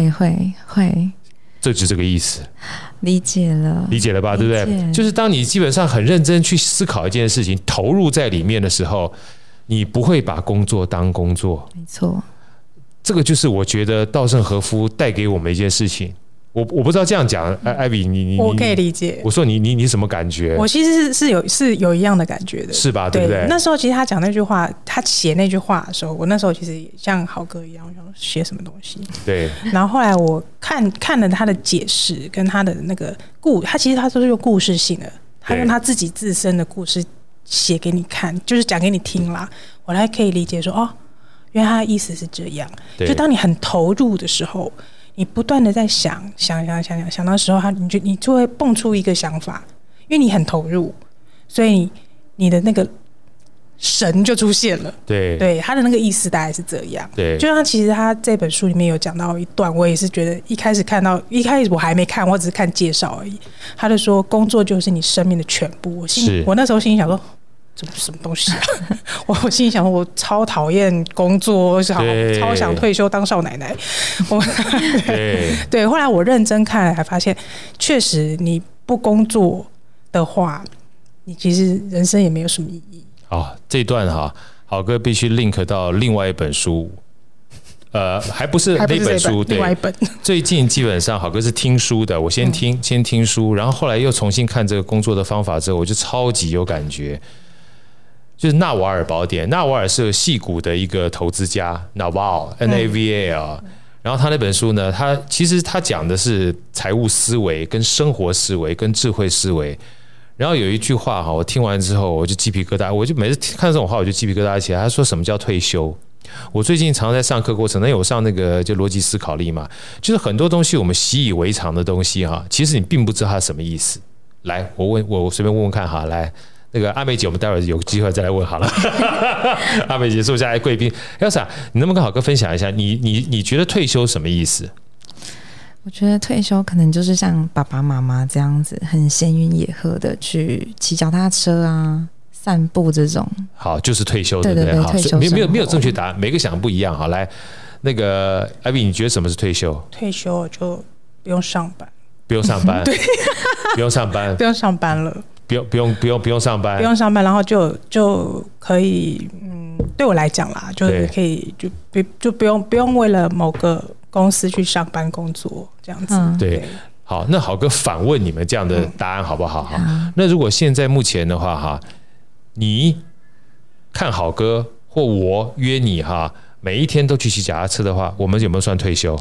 这就是这个意思。 理解了吧？对不对？就是当你基本上很认真去思考一件事情，投入在里面的时候，你不会把工作当工作。 没错。 这个就是我觉得稻盛和夫带给我们一件事情。我不知道这样讲，Ivy，你我可以理解。 我说你什么感觉？ 我其实是有一样的感觉的， 是吧？对不对？ 那时候其实他讲那句话，他写那句话的时候，我那时候其实也像豪哥一样，我想写什么东西。 对。 然后后来我看了他的解释跟他的那个他其实他都是用故事性的，他用他自己自身的故事写给你看，就是讲给你听啦。我才可以理解说原来他的意思是这样，就当你很投入的时候，你不断的在想到时候，你就会蹦出一个想法，因为你很投入，所以你的那个神就出现了。对，他的那个意思大概是这样。 对， 就像其实他这本书里面有讲到一段，我也是觉得一开始我还没看，我只是看介绍而已。他就说工作就是你生命的全部。我那时候心里想说，这什么东西啊？我心里想说，我超讨厌工作，超想退休当少奶奶。对，后来我认真看了，才发现，确实你不工作的话，你其实人生也没有什么意义。 这一段好哥必须 link 到另外一本书， 还不是那本书，对， 另外一本。 最近基本上好哥是听书的，我先听书，然后后来又重新看这个工作的方法之后，我就超级有感觉。就是纳瓦尔宝典，纳瓦尔是矽谷的一个投资家 Naval Naval，然后他那本书呢，其实他讲的是财务思维、跟生活思维、跟智慧思维。然后有一句话哈，我听完之后我就鸡皮疙瘩，我就每次看这种话我就鸡皮疙瘩起来。他说什么叫退休？我最近常在上课过程，那有上那个就逻辑思考力嘛，就是很多东西我们习以为常的东西哈，其实你并不知道它什么意思。来，我随便问看哈，来。那个阿美姐，我们待会儿有机会再来问好了。阿美姐是我家来贵宾，Elsa， 你能不能跟好哥分享一下，你觉得退休什么意思？ 我觉得退休可能就是像爸爸妈妈这样子，很闲云野鹤的去骑脚踏车啊、散步这种。 好，就是退休，对不对？好，没有正确答案，每个想的不一样。好，来，那个艾比，你觉得什么是退休？ 退休就不用上班， 不用上班，对，不用上班， 不用上班了。 不用上班， 不用上班，然后就可以，对我来讲啦，就是可以就不用为了某个公司去上班工作这样子。 对，好，那好哥反问你们这样的答案好不好？那如果现在目前的话哈，你看好哥或我约你哈，每一天都去骑脚踏车的话，我们有没有算退休？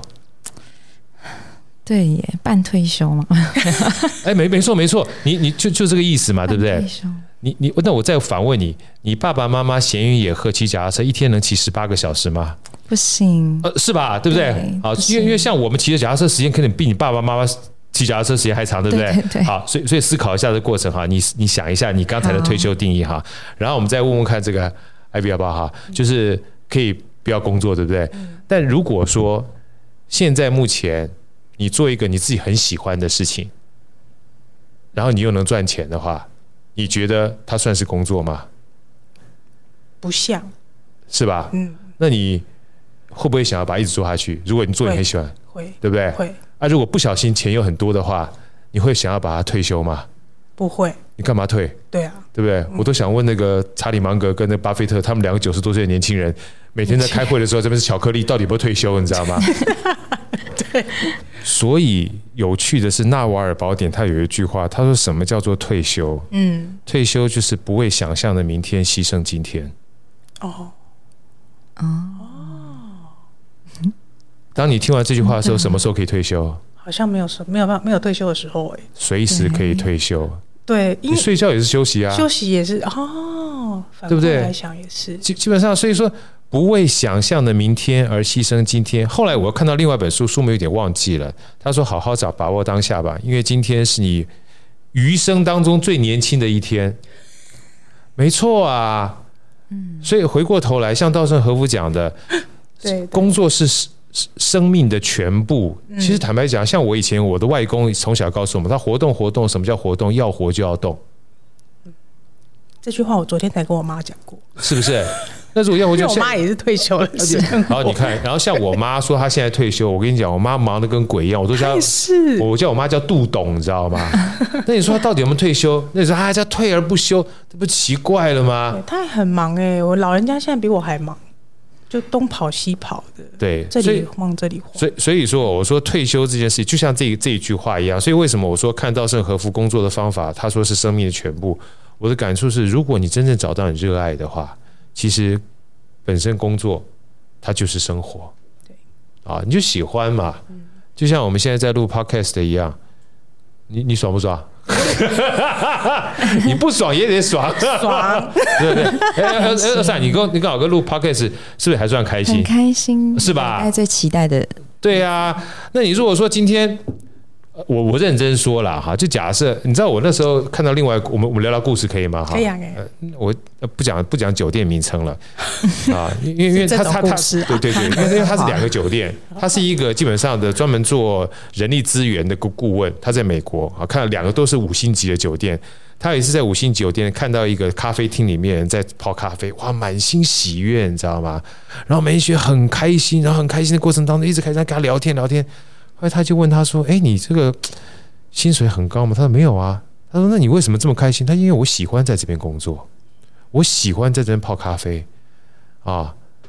对耶，半退休嘛。 没错，你就这个意思嘛，对不对？那我再反问你，你爸爸妈妈闲云野鹤骑脚踏车，一天能骑18个小时吗？ 不行， 是吧？对不对？好，因为像我们骑的脚踏车时间，可能比你爸爸妈妈骑脚踏车时间还长，对不对？ 对。 好，所以思考一下这个过程哈，你想一下你刚才的退休定义哈，然后我们再问问看这个艾比好不好哈，就是可以不要工作，对不对？但如果说现在目前你做一个你自己很喜欢的事情，然后你又能赚钱的话，你觉得它算是工作吗？ 不像， 是吧？那你会不会想要把它一直做下去？如果你做你很喜欢， 会， 对不对？ 会。 如果不小心钱又很多的话，你会想要把它退休吗？ 不会。 你干嘛退？ 对啊， 对不对？我都想问那个查理芒格跟那巴菲特，他们2个90多岁的年轻人，每天在开会的时候，这边是巧克力，到底有没有退休？你知道吗？ 对。 所以有趣的是，纳瓦尔宝典他有一句话，他说什么叫做退休？退休就是不为想象的明天牺牲今天。当你听完这句话的时候，什么时候可以退休？ 好像没有退休的时候随时可以退休。 对， 你睡觉也是休息啊， 休息也是对不对？来想也是， 基本上，所以说不为想象的明天而牺牲今天。后来我看到另外一本书名有点忘记了，他说好好把握当下吧，因为今天是你余生当中最年轻的一天。没错啊，所以回过头来，像稻盛和夫讲的，工作是生命的全部。其实坦白讲，像我以前我的外公从小告诉我们，他活动，什么叫活动？要活就要动。 这句话我昨天才跟我妈讲过， 是不是？那如果要活就， 我妈也是退休了， 然后你看，然后像我妈说她现在退休，我跟你讲，我妈忙得跟鬼一样，我都叫我叫我妈叫杜董，你知道吗？那你说她到底有没有退休？那你说她叫退而不休，这不奇怪了吗？ 她也很忙我老人家现在比我还忙。就东跑西跑的， 对， 这里晃这里晃。 所以说，我说退休这件事，就像这一句话一样。所以为什么我说看稻盛和夫工作的方法，他说是生命的全部。我的感触是，如果你真正找到你热爱的话，其实本身工作它就是生活。对啊，你就喜欢嘛。就像我们现在在录 podcast 一样，你爽不爽？你不爽也得爽， 爽， 对不对？23，你跟老哥录 podcast 是不是还算开心？ 很开心， 是吧？ 大家最期待的。 对啊，那你如果说今天我认真说啦哈，就假设你知道我那时候看到另外我们聊聊故事可以吗？ 可以啊， 我不讲酒店名称了啊，因为他对，因为它是2个酒店，它是一个基本上的专门做人力资源的顾问，他在美国啊，看到2个都是5星级的酒店，他也是在5星级酒店看到一个咖啡厅里面在泡咖啡，哇，满心喜悦，你知道吗？然后梅雪很开心，然后很开心的过程当中一直开始跟他聊天。后来他就问他说：“你这个薪水很高吗？”他说：“没有啊。”他说：“那你为什么这么开心？”他因为我喜欢在这边工作，我喜欢在这边泡咖啡啊。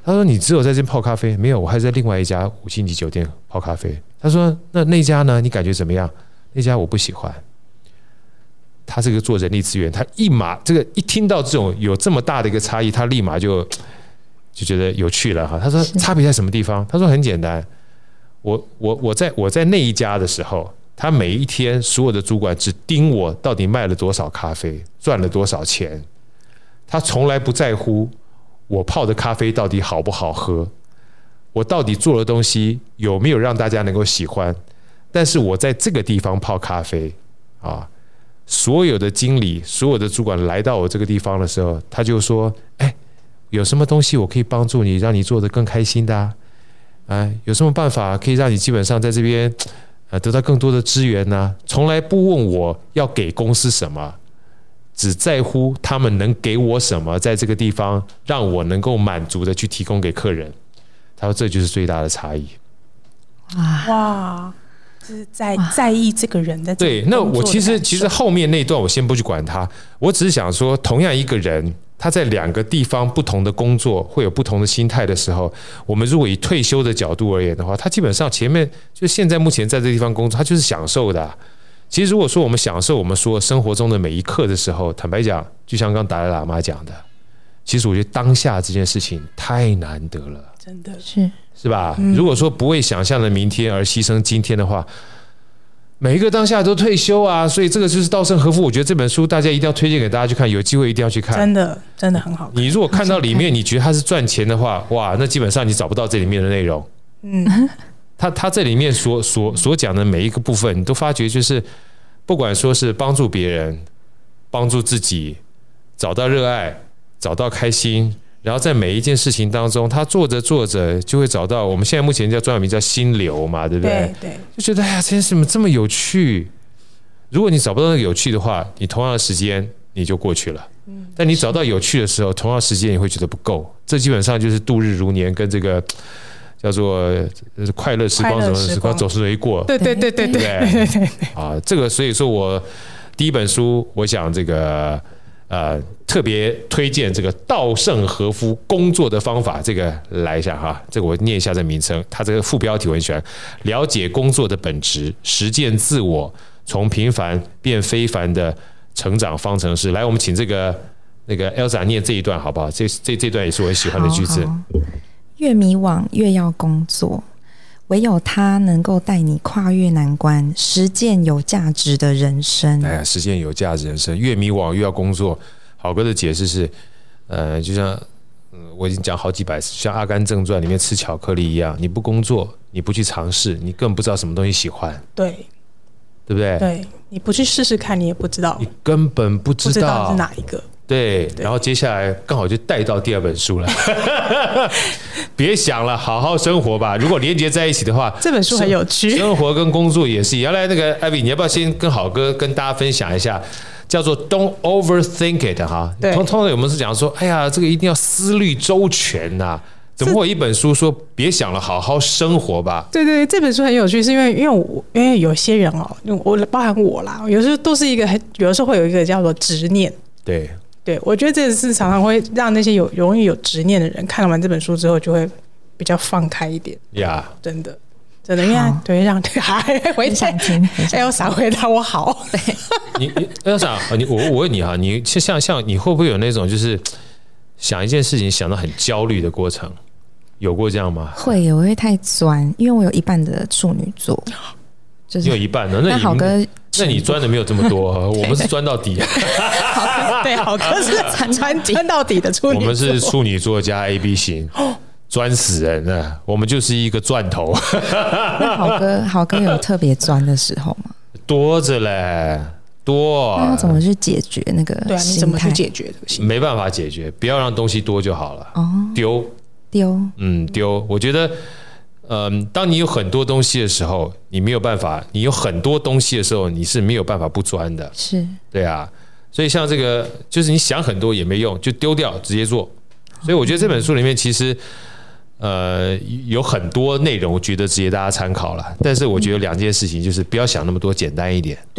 他说你只有在这边泡咖啡？没有，我还在另外一家5星级酒店泡咖啡。他说那家呢？你感觉怎么样？那家我不喜欢。他这个做人力资源，他一听到这种有这么大的一个差异，他立马就觉得有趣了哈。他说差别在什么地方？他说很简单，我在那一家的时候，他每一天所有的主管只盯我到底卖了多少咖啡，赚了多少钱，他从来不在乎我泡的咖啡到底好不好喝，我到底做的东西有没有让大家能够喜欢。但是我在这个地方泡咖啡啊，所有的经理、所有的主管来到我这个地方的时候，他就说：“有什么东西我可以帮助你，让你做得更开心的有什么办法可以让你基本上在这边得到更多的资源呢？从来不问我要给公司什么，只在乎他们能给我什么，在这个地方让我能够满足的去提供给客人。”他说：“这就是最大的差异。” 哇！就是在意这个人的对，那我其实后面那段我先不去管他，我只是想说，同样一个人他在2个地方不同的工作会有不同的心态的时候，我们如果以退休的角度而言的话，他基本上前面就现在目前在这个地方工作，他就是享受的其实如果说我们享受我们说生活中的每一刻的时候，坦白讲，就像刚达赖喇嘛讲的，其实我觉得当下这件事情太难得了， 真的是吧？如果说不为想象的明天而牺牲今天的话，每一个当下都退休啊，所以这个就是稻盛和夫。我觉得这本书大家一定要推荐给大家去看，有机会一定要去看， 真的很好看。 你如果看到里面你觉得他是赚钱的话，哇，那基本上你找不到这里面的内容。他这里面所讲的每一个部分，你都发觉就是不管说是帮助别人、帮助自己，找到热爱，找到开心。然后在每一件事情当中，他做着做着就会找到我们现在目前叫专有名叫心流嘛，对不对？ 对， 就觉得哎呀，这件事怎么这么有趣？如果你找不到那个有趣的话，你同样的时间你就过去了。但你找到有趣的时候，同样时间你会觉得不够。这基本上就是度日如年，跟这个叫做快乐时光什么时光总是容易过。对啊，这个所以说我第一本书，我想这个。特别推荐这个稻盛和夫工作的方法，这个来一下哈，这个我念一下这名称，他这个副标题我很喜欢，了解工作的本质，实践自我，从平凡变非凡的成长方程式。来，我们请这个那个 Elsa 念这一段好不好？这段也是我很喜欢的句子。 越迷惘越要工作，唯有他能够带你跨越难关，实践有价值的人生。 实践有价值人生，越迷惘越要工作。好哥的解释是，就像我已经讲好几百次，像《阿甘正传》里面吃巧克力一样，你不工作，你不去尝试，你根本不知道什么东西喜欢。对不对？ 对，你不去试试看，你也不知道， 你根本不知道是哪一个。 对，然后接下来刚好就带到第2本书了。别想了，好好生活吧。如果连接在一起的话， 这本书很有趣。 生活跟工作也是一样。来，那个艾比，你要不要先跟好哥跟大家分享一下，叫做 "Don't overthink it" 哈？通常我们是讲说，哎呀，这个一定要思虑周全呐。怎么会有一本书说别想了，好好生活吧？ 对，这本书很有趣，是因为有些人我包含我啦，有时候都是有的时候会有一个叫做执念。对，我觉得这是常常会让那些容易有执念的人看完这本书之后，就会比较放开一点。真的，因为对让还回想听 Elsa 回答我好。 你 Elsa， 我问你哈，你像你会不会有那种就是想一件事情想到很焦虑的过程？有过这样吗？ 会，我会太钻，因为我有一半的处女座。 你有一半呢？ 那好哥， 那你钻的没有这么多，我们是钻到底。 对，好哥是钻到底的处女座。 我们是处女座加 AB 型，钻死人了。我们就是一个钻头。 那好哥有特别钻的时候吗？ 多着嘞，多。 那要怎么去解决那个？ 对啊，你怎么去解决这个心态？ 没办法解决，不要让东西多就好了。丢。丢。我觉得。当你有很多东西的时候，你没有办法；你有很多东西的时候，你是没有办法不钻的。 是， 对啊。所以像这个，就是你想很多也没用，就丢掉，直接做。所以我觉得这本书里面其实，有很多内容，我觉得直接大家参考了。但是我觉得2件事情就是不要想那么多，简单一点。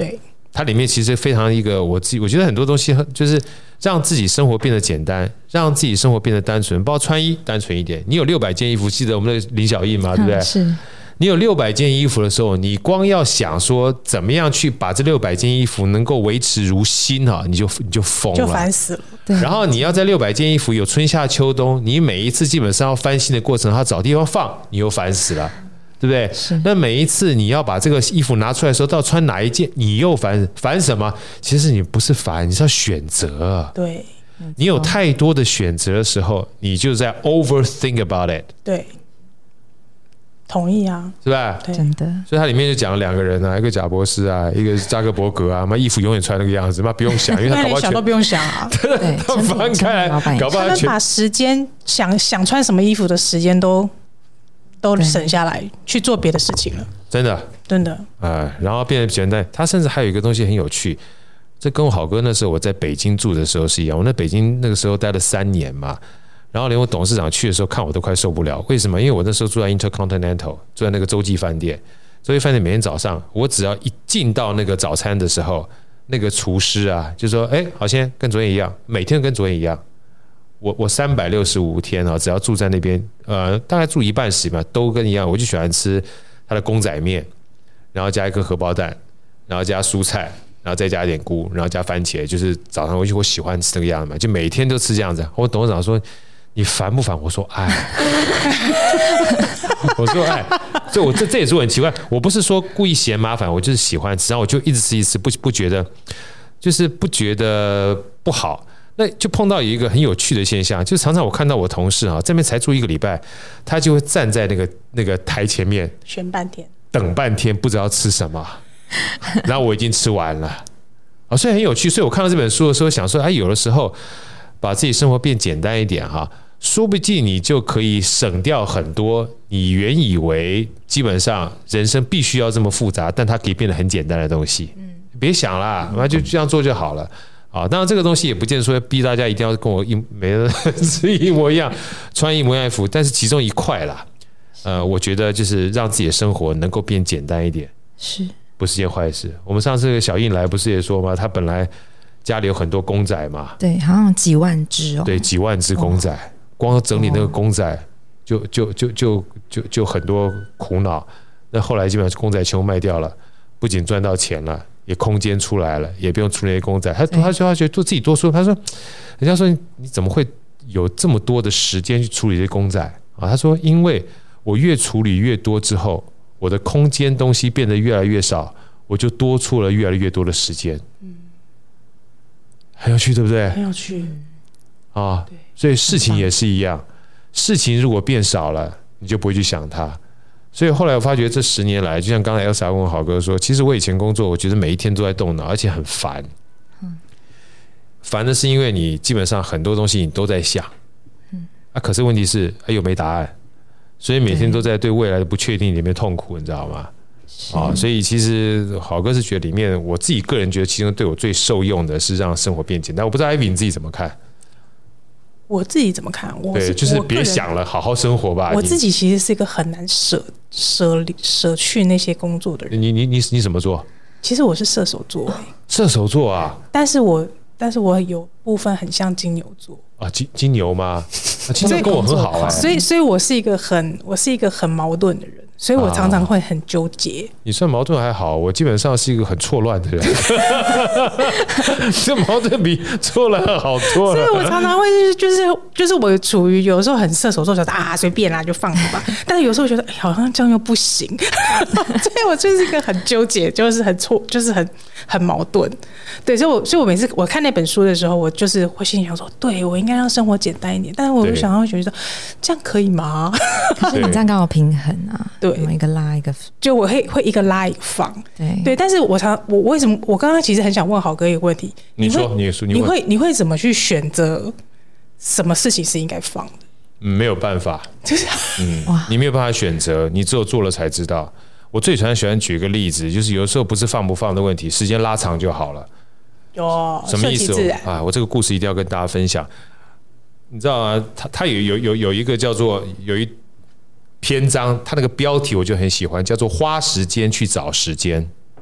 它里面其实非常一个我觉得很多东西就是让自己生活变得简单，让自己生活变得单纯，包括穿衣单纯一点。你有600件衣服，记得我们的林小艺嘛，对不对？ 是。 你有600件衣服的时候，你光要想说怎么样去把这600件衣服能够维持如新你就疯了， 就烦死了。 然后你要在600件衣服有春夏秋冬，你每一次基本上要翻新的过程，要找地方放，你又烦死了。对不对？那每一次你要把这个衣服拿出来的时候，到穿哪一件，你又烦什么？其实你不是烦，你是要选择。 对， 你有太多的选择的时候，你就在 overthink about it。 对，同意啊， 是吧？ 真的。 所以它里面就讲了2个人啊，一个贾博士啊，一个扎克伯格啊，衣服永远穿那个样子，不用想，因为他连想都不用想啊。 对， 他翻开来，搞不好他们把时间想穿什么衣服的时间都省下来去做别的事情了， 真的然后变得简单。他甚至还有一个东西很有趣，这跟我好哥那时候我在北京住的时候是一样。我在北京那个时候待了3年嘛，然后连我董事长去的时候看我都快受不了。为什么？因为我那时候住在 Intercontinental， 住在那个洲际饭店。洲际饭店每天早上，我只要一进到那个早餐的时候，那个厨师啊就说：“哎，好先跟昨天一样，每天跟昨天一样。”我365天只要住在那边，大概住一半时间吧，都跟一样。我就喜欢吃他的公仔面，然后加一个荷包蛋，然后加蔬菜，然后再加一点菇，然后加番茄，就是早上我喜欢吃那个样子嘛，就每天都吃这样子。我董事长说：“你烦不烦？”我说：“哎。”我说：“哎。”所以这也是我很奇怪，我不是说故意嫌麻烦，我就是喜欢吃，然后我就一直吃，不觉得，就是不觉得不好。那就碰到一个很有趣的现象，就是常常我看到我同事这边才住1个礼拜，他就会站在那个台前面选半天， 等半天，不知道吃什么，然后我已经吃完了所以很有趣。所以我看到这本书的时候，想说，有的时候把自己生活变简单一点说不定你就可以省掉很多你原以为基本上人生必须要这么复杂，但它可以变得很简单的东西。别想啦，就这样做就好了。当然这个东西也不见得说逼大家一定要跟我每个人吃一模一样，穿一模一样的衣服，但是其中一块啦，我觉得就是让自己的生活能够变简单一点， 是不是件坏事？我们上次小印来不是也说吗？他本来家里有很多公仔嘛， 对，好像几万只对，几万只公仔，光整理那个公仔就很多苦恼。那后来基本上公仔全卖掉了，不仅赚到钱了，也空间出来了，也不用处理那些公仔。他觉得自己多说，他说，人家说你怎么会有这么多的时间去处理这些公仔他说，因为我越处理越多之后，我的空间东西变得越来越少，我就多出了越来越多的时间。很有趣，对不对？ 很有趣所以事情也是一样，事情如果变少了，你就不会去想它。所以后来我发觉这10年来，就像刚才 Elsa 问好哥说，其实我以前工作，我觉得每一天都在动脑，而且很烦。烦的是因为你基本上很多东西你都在想，可是问题是又没答案，所以每天都在对未来的不确定里面痛苦，你知道吗？所以其实好哥是觉得里面，我自己个人觉得其中对我最受用的是让生活变简单。我不知道 Ivy 你自己怎么看？ 我自己怎么看？ 对，就是别想了，好好生活吧。 我自己其实是一个很难舍去那些工作的人。 你怎么做？ 其实我是射手座， 射手座啊。 但是我有部分很像金牛座金牛吗？金牛跟我很好所以我是一个很矛盾的人。所以我常常会很纠结。 你算矛盾还好，我基本上是一个很错乱的人。这矛盾比错乱好多了。 所以我常常会就是我处于有时候很射手座，觉得随便啦就放着吧。但是有时候觉得好像这样又不行，所以我就是一个很纠结，就是很矛盾。对，所以我每次我看那本书的时候，我就是会心里想说，对我应该让生活简单一点。但是我就想要觉得这样可以吗？ 可是你这样刚好平衡啊。 对， 一个拉一个， 就我会一个拉一个放，对。但是我为什么我刚刚其实很想问好哥一个问题，你会怎么去选择什么事情是应该放的？ 没有办法，你没有办法选择，你只有做了才知道。我最喜欢举一个例子，就是有的时候不是放不放的问题，时间拉长就好了。什么意思我这个故事一定要跟大家分享。你知道吗？他有一个叫做有一篇章，它那个标题我就很喜欢，叫做花时间去找时间。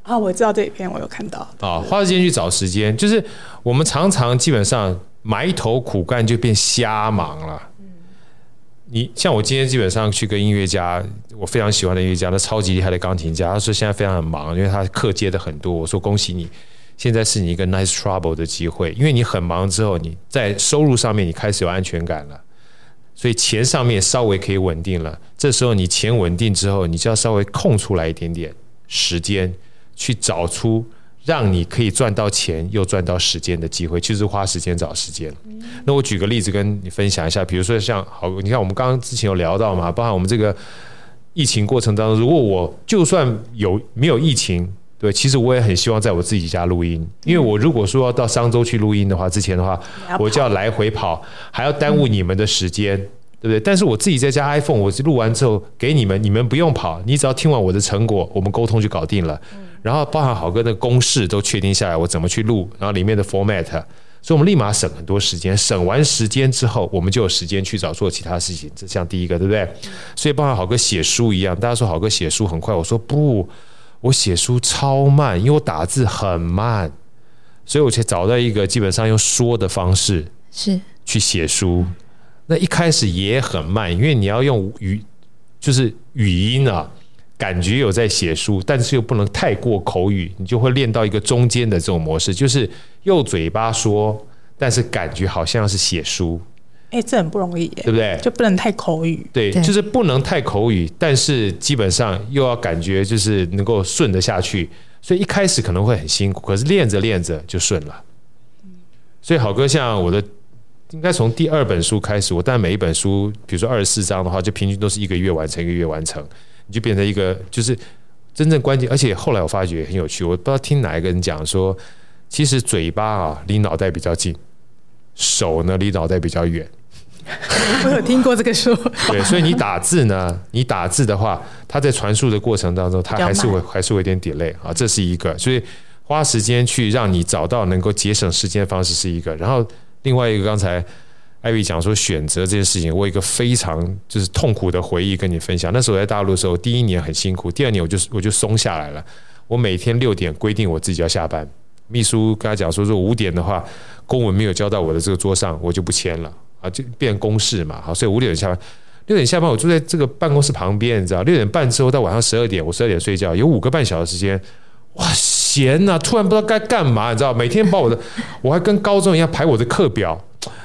我知道这一篇，我有看到花时间去找时间，就是我们常常基本上埋头苦干就变瞎忙了。你像我今天基本上去跟音乐家，我非常喜欢的音乐家，他超级厉害的钢琴家，他说现在非常忙，因为他课接的很多。我说恭喜你，现在是你一个 nice trouble 的机会，因为你很忙之后，你在收入上面你开始有安全感了，所以钱上面稍微可以稳定了。这时候你钱稳定之后，你就要稍微空出来一点点时间，去找出让你可以赚到钱又赚到时间的机会，就是花时间找时间。那我举个例子跟你分享一下，比如说像你看我们刚刚之前有聊到嘛，包含我们这个疫情过程当中，如果我就算没有疫情，对，其实我也很希望在我自己家录音，因为我如果说要到商周去录音的话，之前的话我就要来回跑，还要耽误你们的时间。对不对？但是我自己在家 iPhone， 我录完之后给你们，你们不用跑，你只要听完我的成果，我们沟通就搞定了。然后包含好哥的公式都确定下来，我怎么去录，然后里面的 format， 所以我们立马省很多时间。省完时间之后，我们就有时间去做其他事情。这像第一个，对不对？所以包含好哥写书一样，大家说好哥写书很快，我说不，我写书超慢，因为我打字很慢，所以我才找到一个基本上用说的方式是去写书。那一开始也很慢，因为你要用就是语音啊，感觉有在写书，但是又不能太过口语，你就会练到一个中间的这种模式，就是用嘴巴说，但是感觉好像是写书。 这很不容易耶， 对不对？ 就不能太口语。 对，就是不能太口语，但是基本上又要感觉就是能够顺得下去，所以一开始可能会很辛苦，可是练着练着就顺了。所以好哥像我的。应该从第2本书开始，我当然每一本书，比如说24章的话，就平均都是1个月完成，1个月完成，你就变成一个就是真正关键。而且后来我发觉很有趣，我不知道听哪一个人讲说，其实嘴巴离脑袋比较近，手呢离脑袋比较远。 我有听过这个说法。 对，所以你打字呢，你打字的话，它在传输的过程当中，它还是会有点 delay 啊，这是一个。所以花时间去让你找到能够节省时间的方式是一个，然后。另外一个，刚才艾薇讲说选择这件事情，我有一个非常就是痛苦的回忆跟你分享。那时候我在大陆的时候，第1年很辛苦，第2年我就松下来了。我每天6点规定我自己要下班，秘书跟他讲说，如果5点的话，公文没有交到我的这个桌上，我就不签了啊，就变公事嘛。好，所以5点下班，6点下班，我住在这个办公室旁边，你知道，6点半之后到晚上12点，我12点睡觉，有5个半小时时间。哇，闲啊！突然不知道该干嘛，你知道？每天把我还跟高中一样排我的课表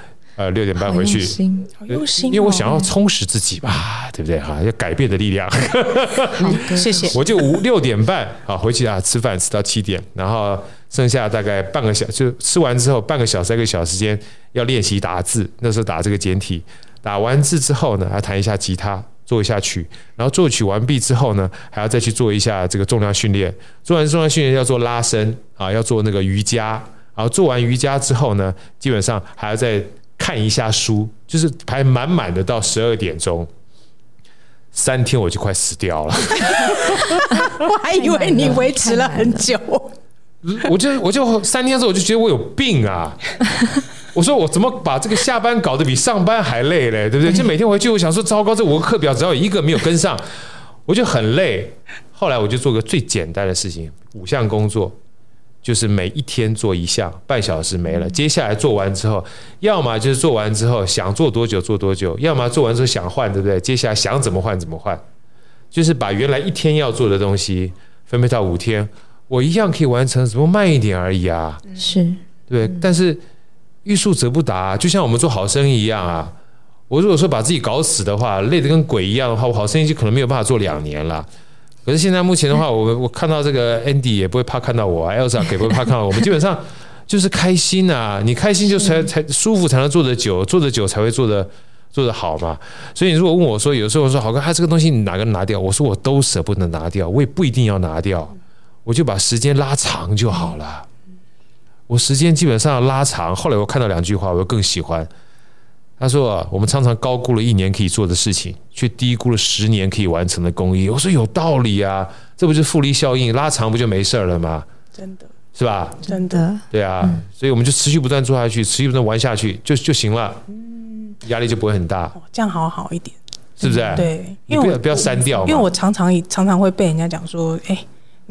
，6点半回去， 好用心， 因为我想要充实自己吧，对不对？要改变的力量。 谢谢。 我就6点半回去吃饭，吃到7点，然后剩下大概半个小时，就吃完之后半个小时、1个小时时间要练习打字。那时候打这个简体，打完字之后呢，还弹一下吉他。做一下曲，然后做曲完毕之后呢，还要再去做一下这个重量训练。做完重量训练要做拉伸要做那个瑜伽。然后做完瑜伽之后呢，基本上还要再看一下书，就是排满满的到12点钟。3天我就快死掉了。 我还以为你维持了很久。 我就3天之后我就觉得我有病啊。我说我怎么把这个下班搞得比上班还累嘞，对不对？就每天回去我想说糟糕，这5个课表只要有1个没有跟上，我就很累。后来我就做个最简单的事情，5项工作，就是每一天做1项，半小时没了。接下来做完之后，要么就是做完之后想做多久做多久，要么做完之后想换，对不对？接下来想怎么换怎么换，就是把原来1天要做的东西分配到5天，我一样可以完成，只不过慢一点而已啊。 是， 对，但是。欲速则不达，就像我们做好生意一样啊。我如果说把自己搞死的话，累得跟鬼一样的话，我好生意就可能没有办法做2年了。可是现在目前的话，我看到这个 Andy 也不会怕看到我，Elsa 也不会怕看到我们，基本上就是开心啊。你开心就才舒服，才能做得久，做得久才会做得好嘛。所以你如果问我说，有时候我说好哥，他这个东西你哪个拿掉？我说我都舍不得拿掉，我也不一定要拿掉，我就把时间拉长就好了。我时间基本上拉长，后来我看到2句话，我又更喜欢。他说：“我们常常高估了1年可以做的事情，却低估了10年可以完成的公益。”我说有道理啊，这不就是复利效应？拉长不就没事了吗？ 真的， 是吧？ 真的， 对啊，所以我们就持续不断做下去，持续不断玩下去就行了，压力就不会很大。 这样好一点， 是不是？ 对， 因为不要删掉嘛。 因为我常常会被人家讲说，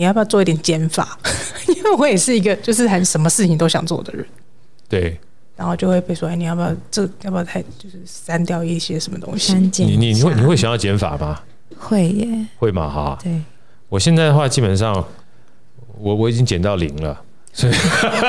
你要不要做一点减法？因为我也是一个就是很什么事情都想做的人， 对， 然后就会被说，你要不要太就是删掉一些什么东西？ 你会想要减法吗？ 会耶， 会吗？哈， 对， 我现在的话，基本上我已经减到0了。所以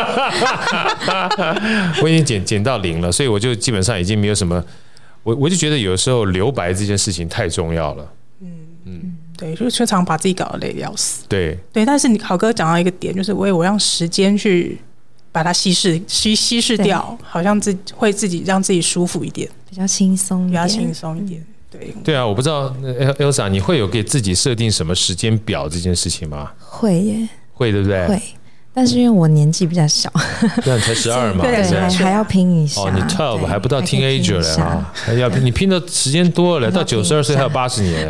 我已经减到0了，所以我就基本上已经没有什么，我就觉得有时候留白这件事情太重要了。 对，就常把自己搞得累得要死。 对， 但是好哥讲到一个点，就是我让时间去把它稀释掉，好像会自己让自己舒服一点， 比较轻松一点。 对啊，我不知道 Elsa 你会有给自己设定什么时间表这件事情吗？ 会耶， 会对不对？ 会。但是因为我年纪比较小， 对，才12嘛， 对，还要拼一下。 哦，你 12还不到 teenager 了啊，你拼的时间多了，到92岁还有80年。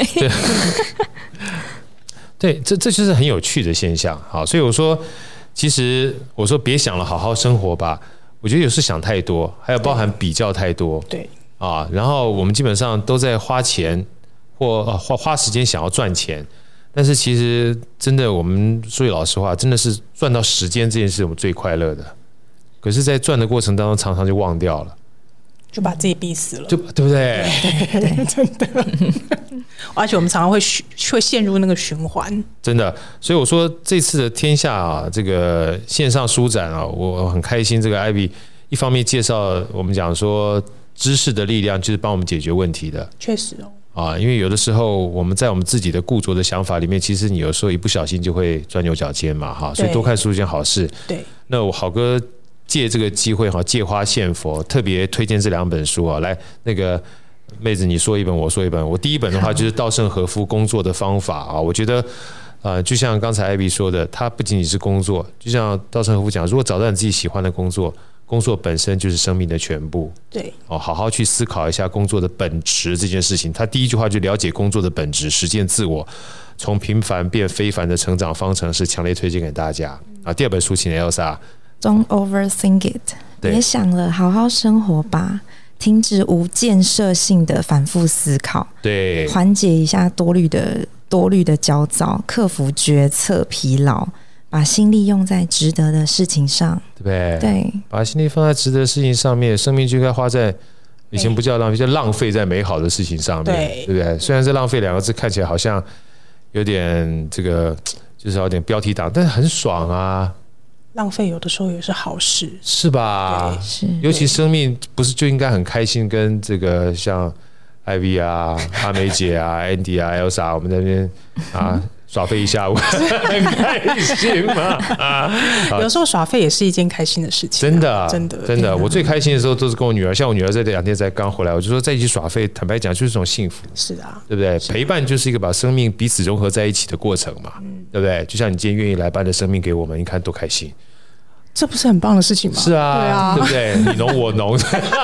对，这就是很有趣的现象。好，所以我说，其实我说别想了，好好生活吧。我觉得有时想太多，还有包含比较太多。 对啊，然后我们基本上都在花钱或花时间想要赚钱。但是其实真的，我们说句老实话，真的是赚到时间这件事我们最快乐的。可是，在赚的过程当中，常常就忘掉了， 就把自己逼死了， 对不对？ 对，真的。而且我们常常会陷入那个循环， 真的。所以我说这次的天下啊，这个线上书展啊，我很开心。这个 Ivy 一方面介绍我们讲说知识的力量，就是帮我们解决问题的， 确实哦。 因为有的时候我们在我们自己的固着的想法里面，其实你有时候一不小心就会钻牛角尖嘛，哈，所以多看书是件好事。 对， 那我好哥借这个机会哈，借花献佛，特别推荐这2本书啊，来，那个妹子你说一本，我说一本。我第一本的话就是稻盛和夫工作的方法啊，我觉得就像刚才艾比说的，它不仅仅是工作，就像稻盛和夫讲，如果找到你自己喜欢的工作。工作本身就是生命的全部。 对， 好好去思考一下工作的本质这件事情。他第一句话就了解工作的本质，实践自我，从平凡变非凡的成长方程式，强烈推荐给大家。第2本书请 Elsa。Don't overthink it， 别想了，好好生活吧。停止无建设性的反复思考， 对， 缓解一下多虑的焦躁，克服决策疲劳。把心力用在值得的事情上， 对不对？ 对， 把心力放在值得的事情上面，生命就该花在以前不叫浪费，叫浪费在美好的事情上面，对不对？虽然这浪费2个字看起来好像有点这个，就是有点标题党，但是很爽啊。 浪费有的时候也是好事， 是吧？ 是， 尤其生命不是就应该很开心，跟这个像Ivy 啊、阿梅姐啊、Andy 啊、Elsa 我们在那边耍废一下午，很开心嘛。 有时候耍废也是一件开心的事情， 真的。我最开心的时候都是跟我女儿，像我女儿这2天才刚回来，我就说在一起耍废，坦白讲就是一种幸福。 是啊， 对不对？陪伴就是一个把生命彼此融合在一起的过程嘛，对不对？就像你今天愿意来把你的生命给我们，你看多开心。 这不是很棒的事情吗？ 是啊， 对不对？你侬我侬，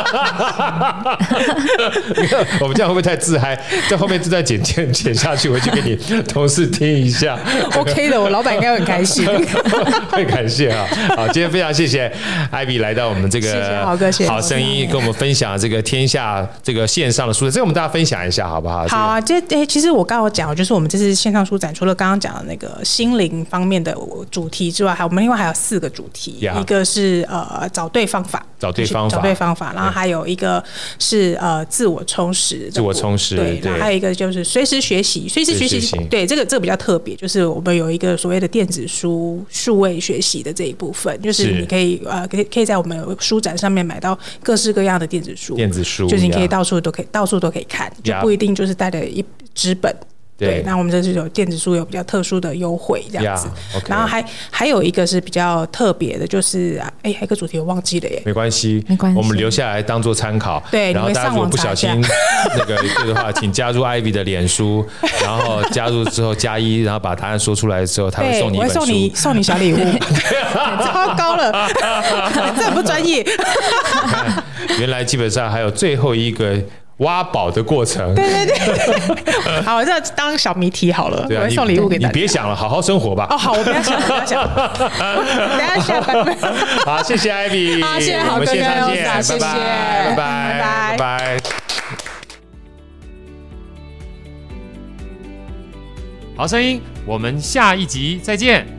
我们这样会不会太自嗨？在后面这段剪下去，回去给你同事听一下。 OK 的，我老板应该很开心。 会感谢啊！好，今天非常谢谢Ivy来到我们这个好声音，跟我们分享这个天下这个线上的书展，这个我们大家分享一下好不好？ 好啊，其实我刚刚讲，就是我们这次线上书展，除了刚刚讲的那个心灵方面的主题之外，我们另外还有4个主题。一个是找对方法，然后还有一个是自我充实，对，然后还有一个就是随时学习，对，这个比较特别，就是我们有一个所谓的电子书数位学习的这一部分，就是你可以在我们书展上面买到各式各样的电子书，就是你可以到处都可以看，就不一定就是带着一纸本。对，那我们这是有电子书有比较特殊的优惠这样子，然后还有一个是比较特别的，就是还有一个主题我忘记了耶， 没关系，我们留下来当做参考。 对， 然后大家如果不小心那个对的话，请加入 Ivy 的脸书，然后加入之后加1，然后把答案说出来之后，他会送你一本书， 我会送你小礼物，糟糕了，这很不专业。 原来基本上还有最后一个。挖宝的过程， 对，好，这当小谜题好了，我会送礼物给大家。 你别想了，好好生活吧。 好，我不要想，等一下下班。 好，谢谢 Ivy， 好，谢谢好哥哥，谢谢，拜拜。好声音， 我们下一集再见。